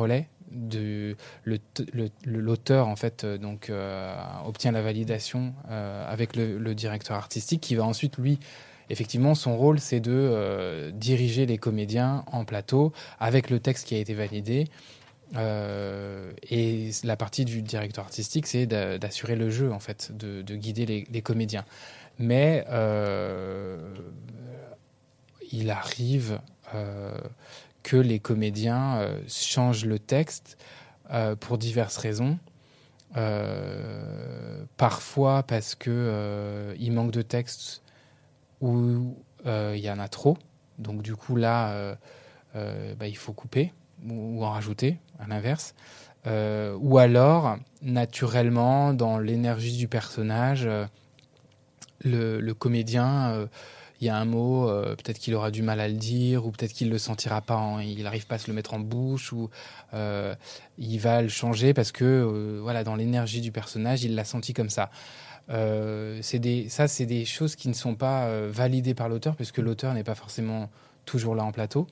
de, le, le, l'auteur en fait euh, donc euh, obtient la validation euh, avec le, le directeur artistique qui va ensuite lui effectivement son rôle c'est de euh, diriger les comédiens en plateau avec le texte qui a été validé. Euh, et la partie du directeur artistique, c'est d'a- d'assurer le jeu, en fait, de, de guider les, les comédiens. Mais euh, il arrive euh, que les comédiens euh, changent le texte euh, pour diverses raisons. Euh, parfois parce que euh, il manque de texte ou euh, il y en a trop. Donc du coup là, euh, euh, bah, il faut couper ou en rajouter, à l'inverse. Euh, ou alors, naturellement, dans l'énergie du personnage, euh, le, le comédien, euh, il y a un mot, euh, peut-être qu'il aura du mal à le dire, ou peut-être qu'il ne le sentira pas, en, il n'arrive pas à se le mettre en bouche, ou euh, il va le changer parce que, euh, voilà, dans l'énergie du personnage, il l'a senti comme ça. Euh, c'est des, ça, c'est des choses qui ne sont pas euh, validées par l'auteur, puisque l'auteur n'est pas forcément toujours là en plateau.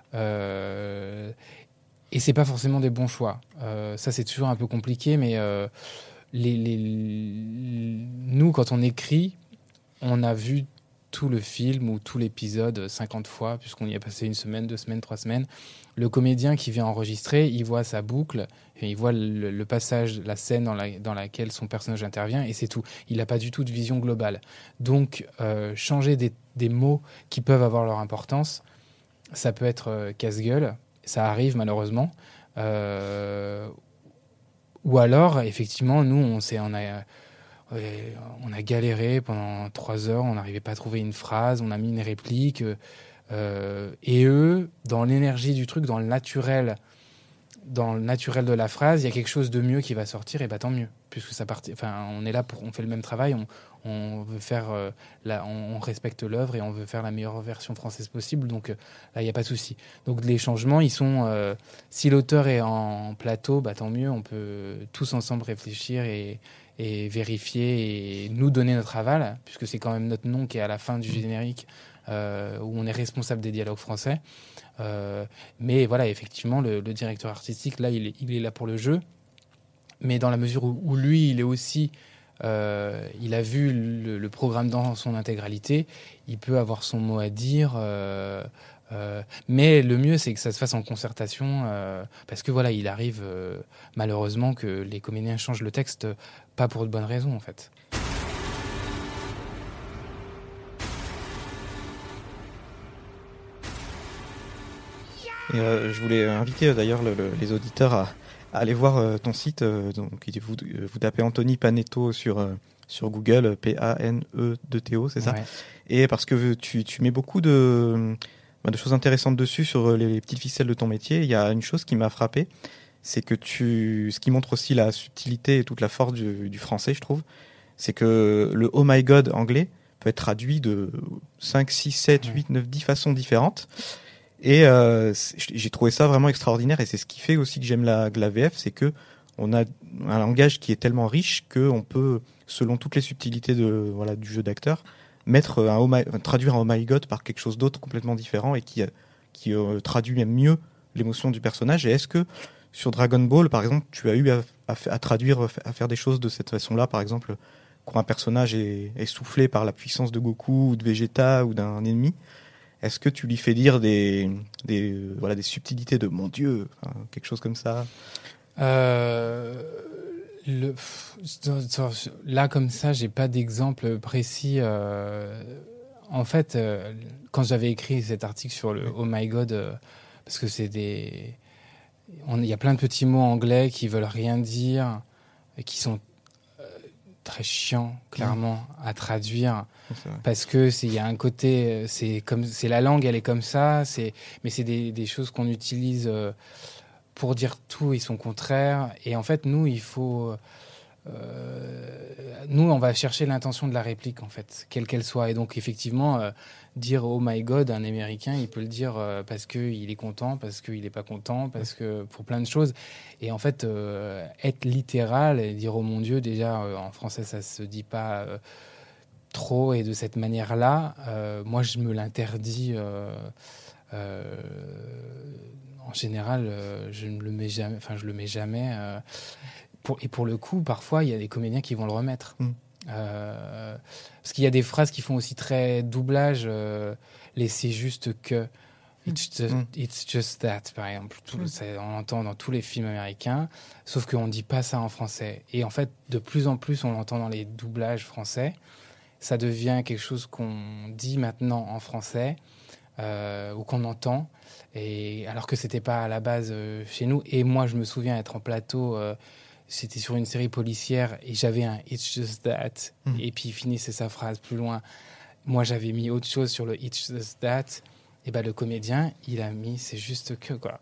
Euh, et c'est pas forcément des bons choix. Euh, ça, c'est toujours un peu compliqué, mais euh, les, les, nous, quand on écrit, on a vu tout le film ou tout l'épisode cinquante fois, puisqu'on y a passé une semaine, deux semaines, trois semaines. Le comédien qui vient enregistrer, il voit sa boucle, et il voit le, le passage, la scène dans, la, dans laquelle son personnage intervient, et c'est tout. Il n'a pas du tout de vision globale. Donc, euh, changer des, des mots qui peuvent avoir leur importance, ça peut être euh, casse-gueule. Ça arrive malheureusement. Euh, ou alors, effectivement, nous, on, s'est, on, a, euh, on a galéré pendant trois heures, on n'arrivait pas à trouver une phrase, on a mis une réplique. Euh, et eux, dans l'énergie du truc, dans le naturel, dans le naturel de la phrase, il y a quelque chose de mieux qui va sortir, et bah tant mieux. Puisque ça part, enfin, on est là pour, on fait le même travail, on, on veut faire, euh, la, on, on respecte l'œuvre et on veut faire la meilleure version française possible. Donc euh, là, il n'y a pas de souci. Donc les changements, ils sont, euh, si l'auteur est en plateau, bah tant mieux. On peut tous ensemble réfléchir et, et vérifier et nous donner notre aval, puisque c'est quand même notre nom qui est à la fin du générique, euh, où on est responsable des dialogues français. Euh, mais voilà, effectivement, le, le directeur artistique, là, il est, il est là pour le jeu. Mais dans la mesure où, où lui, il est aussi, euh, il a vu le, le programme dans son intégralité, il peut avoir son mot à dire. Euh, euh, mais le mieux, c'est que ça se fasse en concertation, euh, parce que voilà, il arrive euh, malheureusement que les comédiens changent le texte, pas pour de bonnes raisons, en fait. Et, euh, je voulais inviter euh, d'ailleurs le, le, les auditeurs à, à aller voir euh, ton site. Euh, donc, vous, vous tapez Anthony Panetto sur, euh, sur Google, P A N E deux T O, c'est ça? Ouais. Et parce que tu, tu mets beaucoup de, de choses intéressantes dessus sur les, les petites ficelles de ton métier. Il y a une chose qui m'a frappé, c'est que tu, ce qui montre aussi la subtilité et toute la force du, du français, je trouve, c'est que le Oh my God anglais peut être traduit de cinq, six, sept, huit, neuf, dix façons différentes. Et euh, j'ai trouvé ça vraiment extraordinaire, et c'est ce qui fait aussi que j'aime la, la V F, c'est que on a un langage qui est tellement riche qu'on peut, selon toutes les subtilités de, voilà, du jeu d'acteur, mettre un oh my, traduire un Oh my God par quelque chose d'autre complètement différent et qui, qui euh, traduit même mieux l'émotion du personnage. Et est-ce que sur Dragon Ball, par exemple, tu as eu à, à, à traduire, à faire des choses de cette façon-là, par exemple, quand un personnage est, est soufflé par la puissance de Goku ou de Vegeta ou d'un ennemi? Est-ce que tu lui fais dire des, des, euh, voilà, des subtilités de mon Dieu, enfin, quelque chose comme ça? euh, le, Là, comme ça, j'ai pas d'exemple précis. Euh, en fait, euh, quand j'avais écrit cet article sur le Oh my God, euh, parce que c'est des. Il y a plein de petits mots anglais qui veulent rien dire, et qui sont euh, très chiants, clairement, mmh. à traduire. Parce que c'est, il y a un côté, c'est comme, c'est la langue, elle est comme ça, c'est, mais c'est des, des choses qu'on utilise euh, pour dire tout et son contraire. Et en fait, nous, il faut, euh, nous, on va chercher l'intention de la réplique, en fait, quelle qu'elle soit. Et donc, effectivement, euh, dire Oh my God, un Américain, il peut le dire euh, parce que il est content, parce qu'il est pas content, parce que pour plein de choses. Et en fait, euh, être littéral et dire Oh mon Dieu, déjà euh, en français, ça se dit pas. Euh, trop et de cette manière-là, euh, moi je me l'interdis euh, euh, en général, euh, je ne le mets jamais. Enfin, je le mets jamais. Euh, pour, et pour le coup, parfois, il y a des comédiens qui vont le remettre. Mm. Euh, parce qu'il y a des phrases qui font aussi très doublage. Euh, laissez juste que. It's just, Mm. it's just that, par exemple. Tout, Mm. ça, on l'entend dans tous les films américains, sauf qu'on ne dit pas ça en français. Et en fait, de plus en plus, on l'entend dans les doublages français. Ça devient quelque chose qu'on dit maintenant en français, euh, ou qu'on entend, et, alors que ce n'était pas à la base euh, chez nous. Et moi, je me souviens être en plateau, euh, c'était sur une série policière, et j'avais un « It's just that Mm. », et puis il finissait sa phrase plus loin. Moi, j'avais mis autre chose sur le « It's just that », et ben le comédien, il a mis c'est juste que quoi.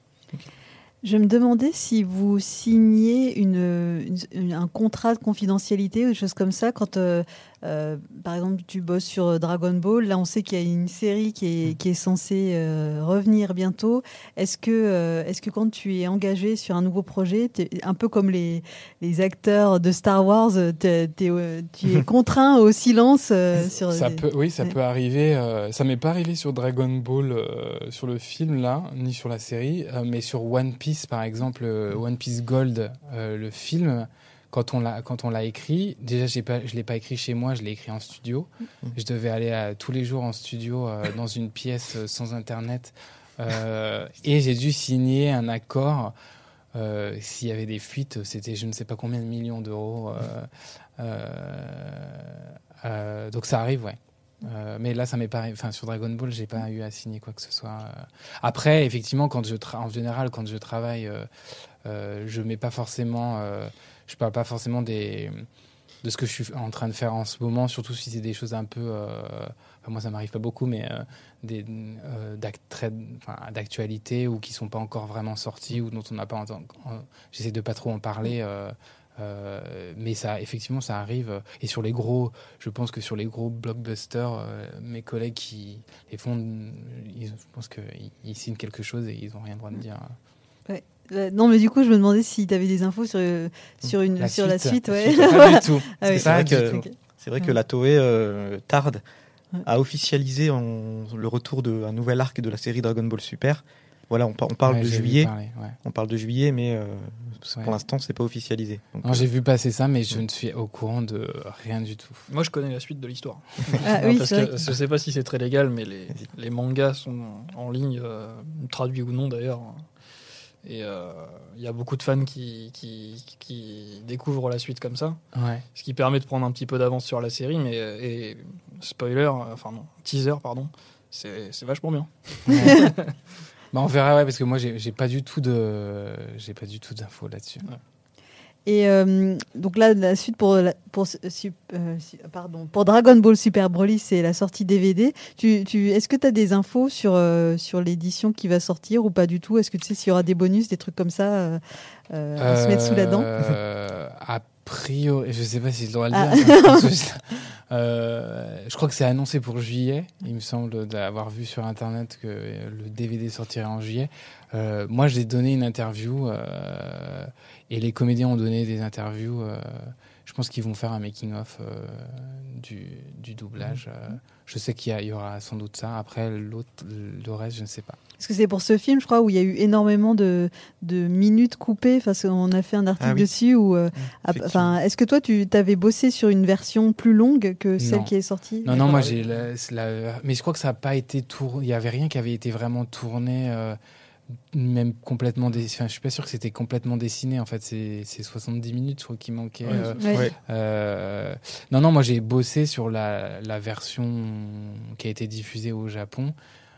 Je me demandais si vous signiez une, une- un contrat de confidentialité ou des choses comme ça quand, euh, euh, par exemple, tu bosses sur Dragon Ball. Là, on sait qu'il y a une série qui est, qui est censée euh, revenir bientôt. Est-ce que, euh, est-ce que quand tu es engagé sur un nouveau projet, t'es un peu comme les, les acteurs de Star Wars, t'es- t'es, euh, tu es contraint au silence euh, sur Ça des- peut, oui, ça Ouais. peut arriver. Euh, ça m'est pas arrivé sur Dragon Ball, euh, sur le film là, ni sur la série, euh, mais sur One Piece par exemple, euh, One Piece Gold, euh, le film. Quand on l'a, quand on l'a écrit, déjà j'ai pas, je l'ai pas écrit chez moi, je l'ai écrit en studio. Mmh. Je devais aller à, tous les jours en studio euh, dans une pièce euh, sans internet, euh, et j'ai dû signer un accord. Euh, s'il y avait des fuites, c'était je ne sais pas combien de millions d'euros. Euh, euh, euh, donc ça arrive, ouais. Euh, mais là, ça m'est pas arrivé. Enfin, sur Dragon Ball, j'ai pas eu à signer quoi que ce soit. Euh. Après, effectivement, quand je tra- en général, quand je travaille, euh, euh, je mets pas forcément, euh, je parle pas forcément des de ce que je suis en train de faire en ce moment, surtout si c'est des choses un peu. Euh, enfin, moi, ça m'arrive pas beaucoup, mais euh, des euh, d'act- très- enfin, d'actualité ou qui sont pas encore vraiment sortis ou dont on n'a pas entendu. J'essaie de pas trop en parler. Euh, Euh, mais ça, effectivement, ça arrive. Et sur les gros, je pense que sur les gros blockbusters, euh, mes collègues qui les font, ils, je pense qu'ils ils signent quelque chose et ils n'ont rien le droit de dire. Euh, non, mais du coup, je me demandais si tu avais des infos sur, euh, sur, une, La sur suite. la suite. La Ouais. suite, Pas du tout. Ah oui. C'est vrai Pas que- du tout. Ok. C'est vrai que Ouais. la Toei euh, tarde Ouais. à officialiser en- le retour d'un nouvel arc de la série Dragon Ball Super. Voilà, on, par- on parle Ouais, de j'ai vu juillet. parler, ouais. On parle de juillet, mais euh, Ouais. pour l'instant, c'est pas officialisé. Donc, Non, euh, j'ai vu passer ça, mais je ne suis au courant de rien du tout. Moi, je connais la suite de l'histoire. Ah oui, Parce c'est que vrai. je sais pas si c'est très légal, mais les, les mangas sont en ligne, euh, traduits ou non d'ailleurs. Et euh, il y a beaucoup de fans qui, qui, qui découvrent la suite comme ça, Ouais. ce qui permet de prendre un petit peu d'avance sur la série. Mais et spoiler, euh, enfin non, teaser, pardon, c'est c'est vachement bien. Ouais. Bah, on verra, ouais, parce que moi, j'ai j'ai pas du tout de, j'ai pas du tout d'infos là-dessus. Et euh, donc là, la suite pour, la- pour, su- su- euh, su- pardon, pour Dragon Ball Super Broly, c'est la sortie D V D. Tu, tu, est-ce que tu as des infos sur, euh, sur l'édition qui va sortir ou pas du tout? Est-ce que tu sais s'il y aura des bonus, des trucs comme ça euh, euh, à se mettre sous la dent? Euh, A priori, je sais pas si je dois le Ah. dire. Je pense que je- euh, je crois que c'est annoncé pour juillet. Il me semble d'avoir vu sur internet que le D V D sortirait en juillet. Euh, moi, j'ai donné une interview euh, et les comédiens ont donné des interviews. Euh, je pense qu'ils vont faire un making-of euh, du, du doublage. Euh, je sais qu'il y, a- il y aura sans doute ça. Après, l'autre, le reste, je ne sais pas. Parce que c'est pour ce film, je crois, où il y a eu énormément de, de minutes coupées. Enfin, c'est- on a fait un article Ah oui. dessus. Où, euh, ah, effectivement. enfin, est-ce que toi, tu avais bossé sur une version plus longue que celle Non. qui est sortie? Non, non, moi D'accord. j'ai la, c'est la- mais je crois que ça n'a pas été tourné. Il y avait rien qui avait été vraiment tourné, euh, même complètement. Dess... Enfin, je suis pas sûr que c'était complètement dessiné. En fait, c'est, c'est soixante-dix minutes, je crois, qui manquait. Ouais, euh, Ouais. Ouais. euh, Non, non, moi j'ai bossé sur la, la version qui a été diffusée au Japon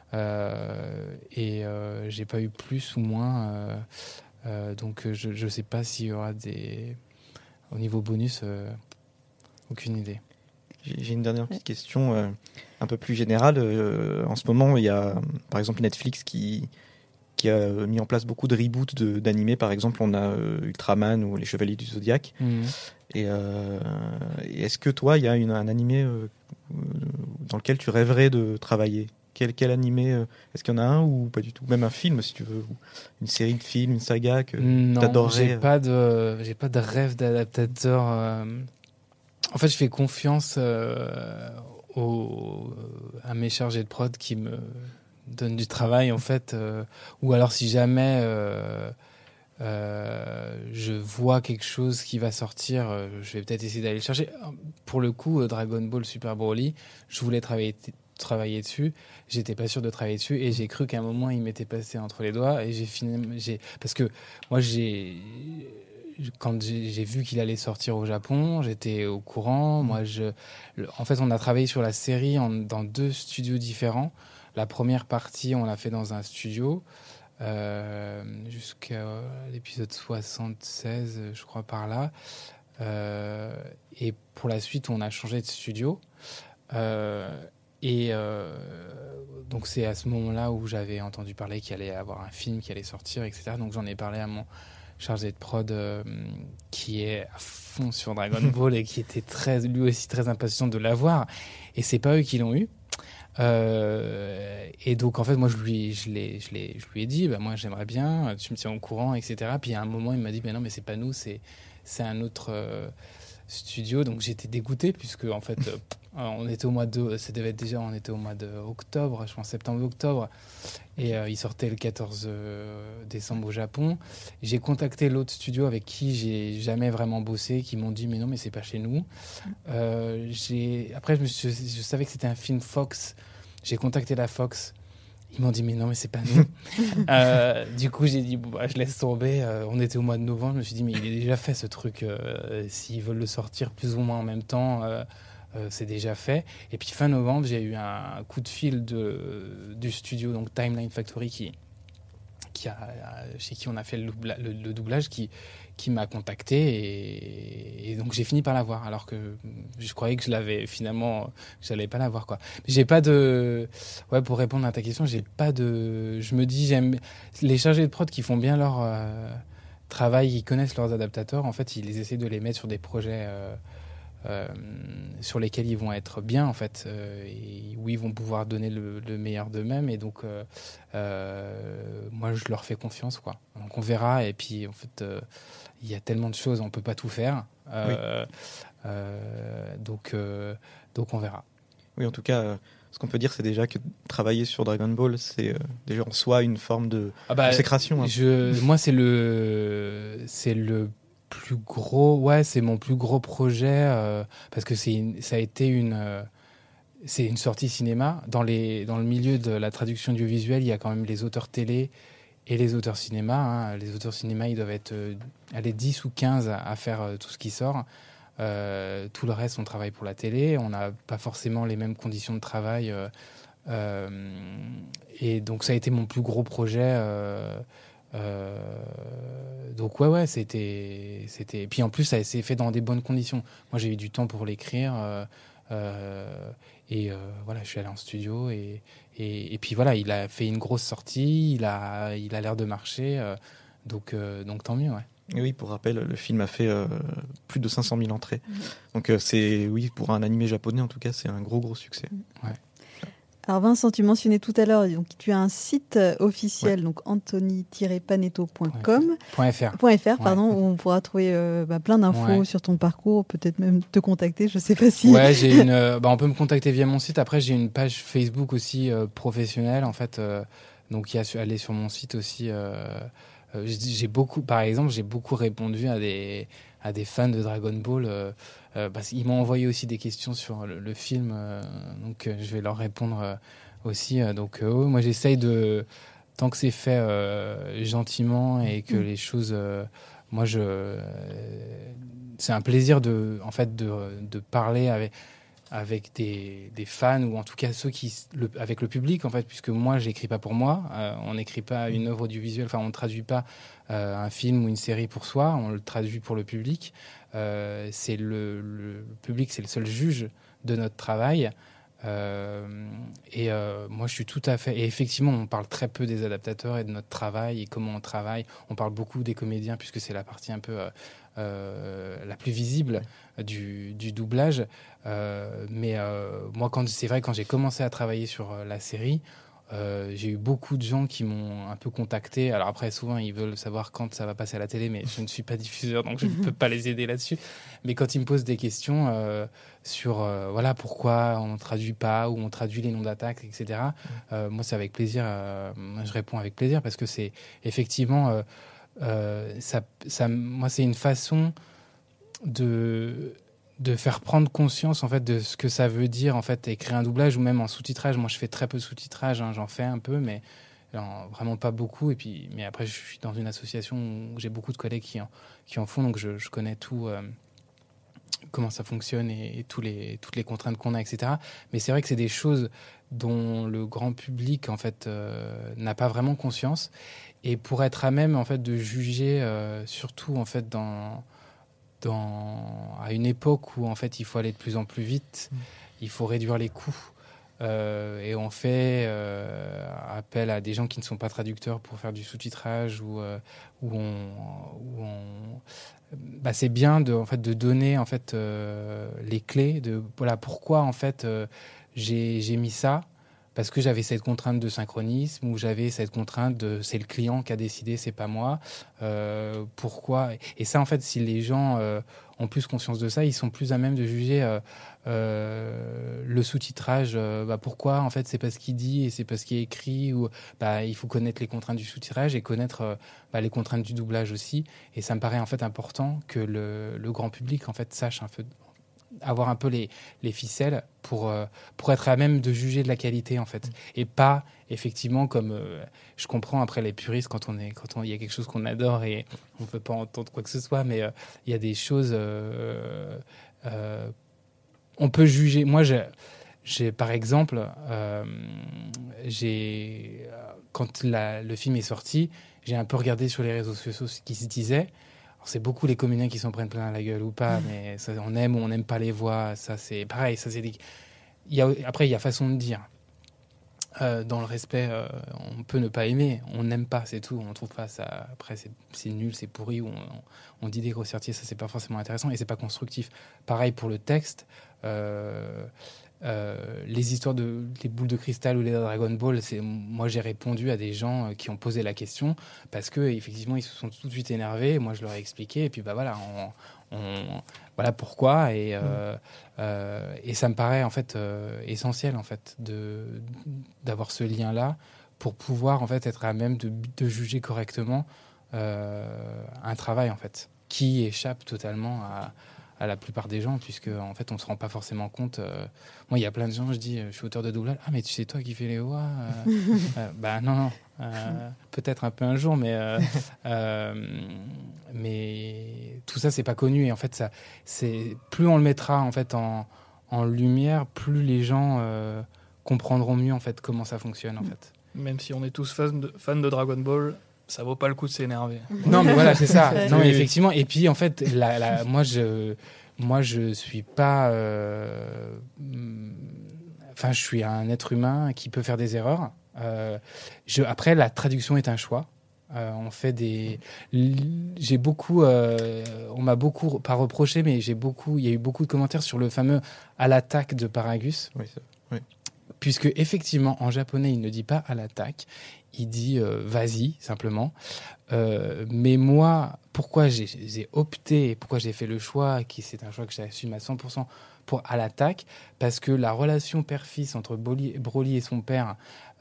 euh, et euh, j'ai pas eu plus ou moins. Euh, euh, donc je, je sais pas s'il y aura des au niveau bonus. Euh, aucune idée. J'ai j'ai une dernière petite question euh, un peu plus générale. Euh, en ce moment, il y a par exemple Netflix qui, qui a mis en place beaucoup de reboots de- d'animés. Par exemple, on a euh, Ultraman ou Les Chevaliers du Zodiaque. Mhm. Et, euh, et est-ce que toi, il y a une, un animé euh, euh, dans lequel tu rêverais de travailler? Quel, quel animé euh, Est-ce qu'il y en a un ou pas du tout? Même un film, si tu veux. Ou une série de films, une saga que Non, t'adorerais. j'ai pas de, j'ai pas de rêve d'adaptateur. euh. En fait, je fais confiance euh, au, à mes chargés de prod qui me donne du travail en fait, euh, ou alors si jamais euh, euh, je vois quelque chose qui va sortir, euh, je vais peut-être essayer d'aller le chercher. Pour le coup, euh, Dragon Ball Super Broly, je voulais travailler travailler dessus, j'étais pas sûr de travailler dessus et j'ai cru qu'à un moment il m'était passé entre les doigts et j'ai fini j'ai parce que moi j'ai quand j'ai, j'ai vu qu'il allait sortir au Japon, j'étais au courant. Moi, je, en fait, on a travaillé sur la série en, dans deux studios différents. La première partie, on l'a fait dans un studio euh, jusqu'à l'épisode soixante-seize, je crois, par là. Euh, et pour la suite, on a changé de studio. Euh, et euh, donc, c'est à ce moment-là où j'avais entendu parler qu'il allait y avoir un film qui allait sortir, et cetera. Donc, j'en ai parlé à mon chargé de prod euh, qui est à fond sur Dragon Ball et qui était très, lui aussi très impatient de l'avoir. Et c'est pas eux qui l'ont eu. Euh, et donc en fait moi je lui, je l'ai, je l'ai, je lui ai dit, bah moi j'aimerais bien, tu me tiens au courant, et cetera. Puis à un moment il m'a dit, bah non mais c'est pas nous, c'est c'est un autre euh, studio. Donc j'étais dégoûté puisque en fait euh, on était au mois de, ça devait être déjà, on était au mois d'octobre, je pense septembre-octobre. Et euh, il sortait le quatorze décembre au Japon. J'ai contacté l'autre studio avec qui j'ai jamais vraiment bossé, qui m'ont dit mais non mais c'est pas chez nous. Euh, j'ai... Après je, me suis... je savais que c'était un film Fox. J'ai contacté la Fox. Ils m'ont dit mais non mais c'est pas nous. euh, du coup j'ai dit bon, bah, je laisse tomber. Euh, on était au mois de novembre. Je me suis dit mais il est déjà fait ce truc. Euh, s'ils veulent le sortir plus ou moins en même temps. Euh, Euh, c'est déjà fait. Et puis fin novembre, j'ai eu un coup de fil de, du studio, donc Timeline Factory, qui, qui a, chez qui on a fait le, doubla, le, le doublage, qui, qui m'a contacté. Et, et donc j'ai fini par l'avoir, alors que je croyais que je l'avais finalement, que j'allais pas l'avoir, quoi. Mais j'ai pas de, ouais, pour répondre à ta question, j'ai pas de, je me dis, j'aime les chargés de prod qui font bien leur euh, travail, ils connaissent leurs adaptateurs. En fait, ils essaient de les mettre sur des projets. Euh, Euh, sur lesquels ils vont être bien en fait euh, et où ils vont pouvoir donner le, le meilleur d'eux-mêmes et donc euh, euh, moi je leur fais confiance quoi. Donc on verra et puis en fait il euh, y a tellement de choses, on peut pas tout faire euh, oui. euh, donc euh, donc on verra. Oui, en tout cas euh, ce qu'on peut dire c'est déjà que travailler sur Dragon Ball c'est euh, déjà en soi une forme de ah bah, consécration. Hein. Je, moi c'est le c'est le plus gros, ouais, c'est mon plus gros projet euh, parce que c'est une, ça a été une, euh, c'est une sortie cinéma. Dans les, dans le milieu de la traduction audiovisuelle, il y a quand même les auteurs télé et les auteurs cinéma. Hein. Les auteurs cinéma, ils doivent être, euh, aller dix ou quinze à, à faire euh, tout ce qui sort. Euh, tout le reste, on travaille pour la télé. On n'a pas forcément les mêmes conditions de travail. Euh, euh, et donc, ça a été mon plus gros projet. Euh, Euh, donc ouais ouais c'était c'était et puis en plus ça s'est fait dans des bonnes conditions. Moi j'ai eu du temps pour l'écrire euh, euh, et euh, voilà je suis allé en studio et, et et puis voilà il a fait une grosse sortie, il a il a l'air de marcher euh, donc euh, donc tant mieux ouais. Et oui, pour rappel, le film a fait euh, plus de cinq cent mille entrées. Mmh. Donc euh, c'est oui pour un animé japonais en tout cas c'est un gros gros succès. Ouais. Alors Vincent, tu mentionnais tout à l'heure, donc tu as un site officiel, ouais. donc anthony tiret panetto point com. .fr. .fr, pardon, ouais. Où on pourra trouver euh, bah, plein d'infos ouais. sur ton parcours, peut-être même te contacter, je sais pas si... Ouais, j'ai une, euh, bah, on peut me contacter via mon site. Après, j'ai une page Facebook aussi euh, professionnelle, en fait. Euh, donc, il y a aller sur mon site aussi. Euh, euh, j'ai beaucoup, par exemple, j'ai beaucoup répondu à des... à des fans de Dragon Ball euh, euh, parce qu'ils m'ont envoyé aussi des questions sur le, le film euh, donc euh, je vais leur répondre euh, aussi euh, donc euh, moi j'essaye de tant que c'est fait euh, gentiment et que mmh. les choses euh, moi je euh, c'est un plaisir de en fait de, de parler avec avec des, des fans ou en tout cas ceux qui le, avec le public en fait puisque moi j'écris pas pour moi euh, on n'écrit pas une œuvre audiovisuelle enfin on ne traduit pas euh, un film ou une série pour soi on le traduit pour le public euh, c'est le, le public c'est le seul juge de notre travail euh, et euh, moi je suis tout à fait et effectivement on parle très peu des adaptateurs et de notre travail et comment on travaille on parle beaucoup des comédiens puisque c'est la partie un peu euh, Euh, la plus visible du, du doublage. Euh, mais euh, moi, quand, c'est vrai, quand j'ai commencé à travailler sur euh, la série, Euh, j'ai eu beaucoup de gens qui m'ont un peu contacté. Alors après, souvent, ils veulent savoir quand ça va passer à la télé, mais je ne suis pas diffuseur, donc je ne peux pas les aider là-dessus. Mais quand ils me posent des questions euh, sur euh, voilà, pourquoi on ne traduit pas ou on traduit les noms d'attaque, et cetera, euh, moi, c'est avec plaisir. Euh, moi, je réponds avec plaisir parce que c'est effectivement... Euh, euh, ça, ça, moi, c'est une façon de... de faire prendre conscience en fait de ce que ça veut dire en fait écrire un doublage ou même en sous-titrage. Moi je fais très peu de sous-titrage, hein, j'en fais un peu mais non, vraiment pas beaucoup. Et puis mais après je suis dans une association où j'ai beaucoup de collègues qui en, qui en font, donc je, je connais tout euh, comment ça fonctionne et, et tous les, toutes les contraintes qu'on a, et cetera. Mais c'est vrai que c'est des choses dont le grand public en fait euh, n'a pas vraiment conscience, et pour être à même en fait de juger euh, surtout en fait dans Dans, à une époque où en fait il faut aller de plus en plus vite, mmh. il faut réduire les coûts euh, et on fait euh, appel à des gens qui ne sont pas traducteurs pour faire du sous-titrage ou euh, où on, où on bah, c'est bien de en fait de donner en fait euh, les clés de voilà pourquoi en fait euh, j'ai j'ai mis ça. Parce que j'avais cette contrainte de synchronisme, ou j'avais cette contrainte de c'est le client qui a décidé, c'est pas moi. Euh, pourquoi ? Et ça, en fait, si les gens euh, ont plus conscience de ça, ils sont plus à même de juger euh, euh, le sous-titrage. Euh, bah, pourquoi ? En fait, c'est pas ce qu'il dit et c'est pas ce qui est écrit. Ou bah, il faut connaître les contraintes du sous-titrage et connaître euh, bah, les contraintes du doublage aussi. Et ça me paraît en fait important que le, le grand public en fait sache un peu. Avoir un peu les, les ficelles pour, euh, pour être à même de juger de la qualité en fait, et pas effectivement comme euh, je comprends après les puristes quand on est quand on, il y a quelque chose qu'on adore et on ne peut pas entendre quoi que ce soit, mais euh, il y a des choses euh, euh, on peut juger. Moi j'ai, j'ai par exemple euh, j'ai quand la, le film est sorti, j'ai un peu regardé sur les réseaux sociaux ce qui se disait. Alors, c'est beaucoup les comédiens qui s'en prennent plein la gueule ou pas, mais ça, on aime ou on n'aime pas les voix. Ça, c'est pareil. Ça, c'est des... il y a, après, il y a façon de dire. Euh, dans le respect, euh, on peut ne pas aimer. On n'aime pas, c'est tout. On trouve pas ça. Après, c'est, c'est nul, c'est pourri. Ou on, on dit des grossièretés. Ça, c'est pas forcément intéressant et c'est pas constructif. Pareil pour le texte. Euh, Euh, les histoires de les boules de cristal ou les Dragon Ball, c'est moi j'ai répondu à des gens qui ont posé la question parce que effectivement ils se sont tout de suite énervés. Moi je leur ai expliqué et puis bah voilà on, on voilà pourquoi et euh, mmh. euh, et ça me paraît en fait euh, essentiel en fait de d'avoir ce lien là pour pouvoir en fait être à même de, de juger correctement euh, un travail en fait qui échappe totalement à à la plupart des gens, puisque en fait on se rend pas forcément compte. Euh, moi, il y a plein de gens, je dis, je suis auteur de doublage. Ah, mais tu sais toi qui fais les voix euh, euh, Bah non, non. Euh, peut-être un peu un jour, mais euh, euh, mais tout ça c'est pas connu et en fait ça, c'est plus on le mettra en fait en, en lumière, plus les gens euh, comprendront mieux en fait comment ça fonctionne en fait. Même si on est tous fans de, fans de Dragon Ball. Ça vaut pas le coup de s'énerver. Non, mais voilà, c'est ça. Non, mais effectivement. Et puis, en fait, la, la, moi, je, moi, je suis pas. Euh, enfin, je suis un être humain qui peut faire des erreurs. Euh, je, après, la traduction est un choix. Euh, on fait des. J'ai beaucoup. Euh, on m'a beaucoup pas reproché, mais j'ai beaucoup. Il y a eu beaucoup de commentaires sur le fameux à l'attaque de Paragus. Oui, ça, oui. Puisque effectivement, en japonais, il ne dit pas à l'attaque. Il dit euh, vas-y, simplement. Euh, mais moi, pourquoi j'ai, j'ai opté, pourquoi j'ai fait le choix, qui c'est un choix que j'assume à cent pour cent pour à l'attaque, parce que la relation père-fils entre Broly, Broly et son père,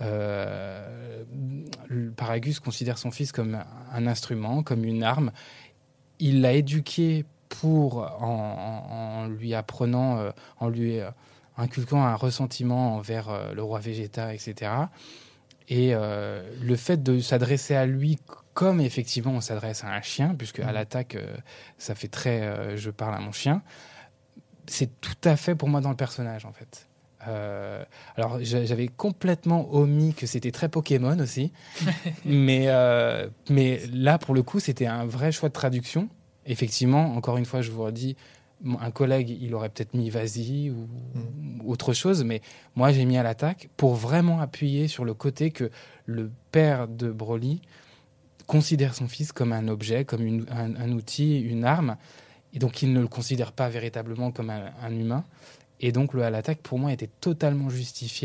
euh, Paragus considère son fils comme un, un instrument, comme une arme. Il l'a éduqué pour, en, en, en lui apprenant, euh, en lui euh, inculquant un ressentiment envers euh, le roi Vegeta, et cetera. Et euh, le fait de s'adresser à lui comme effectivement on s'adresse à un chien, puisque à l'attaque, euh, ça fait très euh, je parle à mon chien, c'est tout à fait pour moi dans le personnage en fait. Euh, alors j'avais complètement omis que c'était très Pokémon aussi, mais, euh, mais là pour le coup c'était un vrai choix de traduction. Effectivement, encore une fois je vous redis, un collègue, il aurait peut-être mis vas-y ou mmh. autre chose, mais moi j'ai mis à l'attaque pour vraiment appuyer sur le côté que le père de Broly considère son fils comme un objet, comme une, un, un outil, une arme, et donc il ne le considère pas véritablement comme un, un humain. Et donc le à l'attaque pour moi était totalement justifié,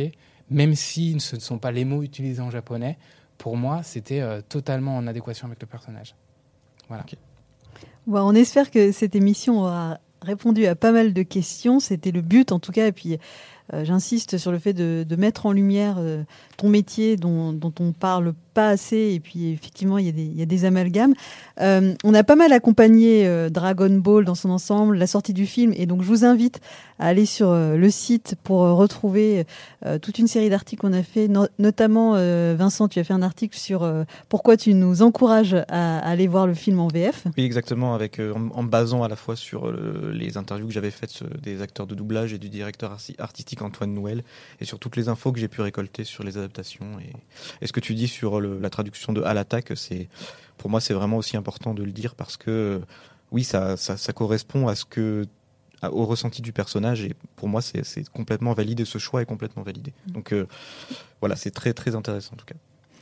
même si ce ne sont pas les mots utilisés en japonais, pour moi, c'était euh, totalement en adéquation avec le personnage. Voilà. Okay. Bon, on espère que cette émission aura répondu à pas mal de questions. C'était le but, en tout cas. Et puis, euh, j'insiste sur le fait de, de mettre en lumière euh, ton métier dont, dont on parle pas assez. Et puis, effectivement, il y a des, il y a des amalgames. Euh, on a pas mal accompagné euh, Dragon Ball dans son ensemble, la sortie du film. Et donc, je vous invite à aller sur euh, le site pour euh, retrouver euh, toute une série d'articles qu'on a fait. No- notamment, euh, Vincent, tu as fait un article sur euh, pourquoi tu nous encourages à, à aller voir le film en V F. Oui, exactement, avec, euh, en, en basant à la fois sur euh, les interviews que j'avais faites euh, des acteurs de doublage et du directeur arti- artistique Antoine Nouel, et sur toutes les infos que j'ai pu récolter sur les adaptations. Et, et ce que tu dis sur le, la traduction de À l'attaque, c'est, pour moi, c'est vraiment aussi important de le dire parce que, oui, ça, ça, ça correspond à ce que, à, au ressenti du personnage, et pour moi, c'est, c'est complètement validé, ce choix est complètement validé. Donc euh, voilà, c'est très, très intéressant en tout cas.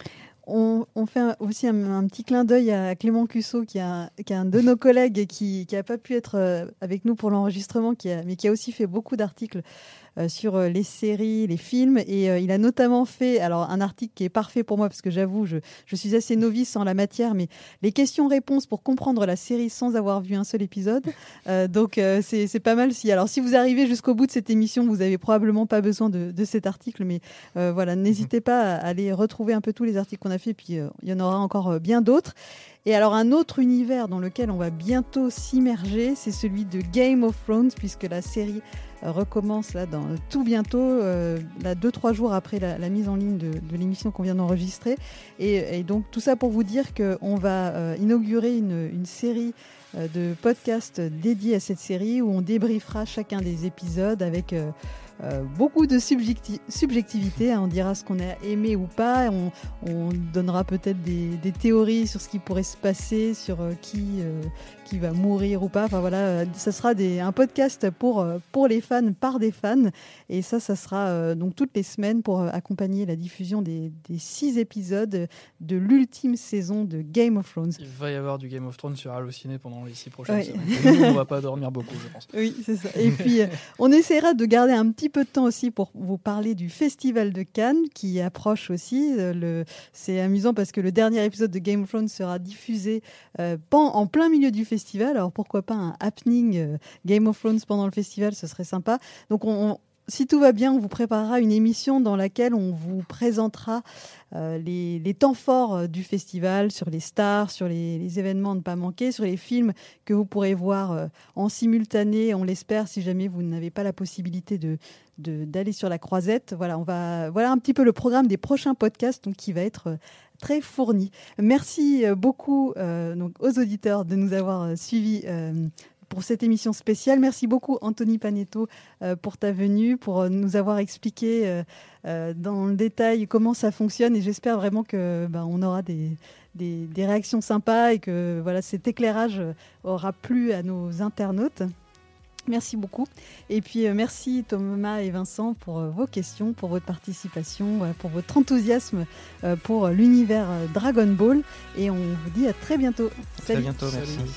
On, on fait un, aussi un, un petit clin d'œil à Clément Cussot, qui est un, qui est un de nos collègues qui n'a pas pu être euh, avec nous pour l'enregistrement, qui a, mais qui a aussi fait beaucoup d'articles euh, sur euh, les séries, les films. Et euh, il a notamment fait alors, un article qui est parfait pour moi, parce que j'avoue, je, je suis assez novice en la matière, mais les questions-réponses pour comprendre la série sans avoir vu un seul épisode. Euh, donc, euh, c'est, c'est pas mal. Si, alors, si vous arrivez jusqu'au bout de cette émission, vous n'avez probablement pas besoin de, de cet article, mais euh, voilà, n'hésitez pas à aller retrouver un peu tous les articles qu'on a fait, puis euh, il y en aura encore euh, bien d'autres. Et alors un autre univers dans lequel on va bientôt s'immerger, c'est celui de Game of Thrones, puisque la série euh, recommence là dans tout bientôt, euh, là deux trois jours après la, la mise en ligne de, de l'émission qu'on vient d'enregistrer. Et, et donc tout ça pour vous dire qu'on va euh, inaugurer une, une série euh, de podcasts dédiés à cette série où on débriefera chacun des épisodes avec euh, Euh, beaucoup de subjecti- subjectivité, hein, on dira ce qu'on a aimé ou pas, on, on donnera peut-être des, des théories sur ce qui pourrait se passer, sur euh, qui, euh, qui va mourir ou pas. Enfin voilà, euh, ça sera des, un podcast pour, euh, pour les fans, par des fans, et ça, ça sera euh, donc toutes les semaines pour euh, accompagner la diffusion des, des six épisodes de l'ultime saison de Game of Thrones. Il va y avoir du Game of Thrones sur Allociné pendant les six prochaines Ouais. semaines. Nous, on va pas dormir beaucoup, je pense. Oui, c'est ça. Et puis, euh, on essaiera de garder un petit peu de temps aussi pour vous parler du Festival de Cannes qui approche aussi. Euh, le... C'est amusant parce que le dernier épisode de Game of Thrones sera diffusé euh, pen- en plein milieu du festival. Alors pourquoi pas un happening euh, Game of Thrones pendant le festival, ce serait sympa. Donc on, on si tout va bien, on vous préparera une émission dans laquelle on vous présentera euh, les, les temps forts du festival, sur les stars, sur les, les événements à ne pas manquer, sur les films que vous pourrez voir euh, en simultané, on l'espère, si jamais vous n'avez pas la possibilité de, de, d'aller sur la croisette. Voilà, on va, voilà un petit peu le programme des prochains podcasts, donc, qui va être euh, très fourni. Merci euh, beaucoup euh, donc, aux auditeurs de nous avoir euh, suivis euh, pour cette émission spéciale. Merci beaucoup Anthony Panetto euh, pour ta venue, pour euh, nous avoir expliqué euh, euh, dans le détail comment ça fonctionne, et j'espère vraiment que bah, on aura des, des, des réactions sympas et que voilà, cet éclairage aura plu à nos internautes. Merci beaucoup. Et puis euh, merci Thomas et Vincent pour euh, vos questions, pour votre participation, euh, pour votre enthousiasme euh, pour l'univers euh, Dragon Ball, et on vous dit à très bientôt. À Salut. très bientôt, merci. Salut.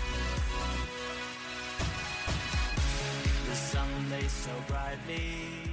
The sun lays so brightly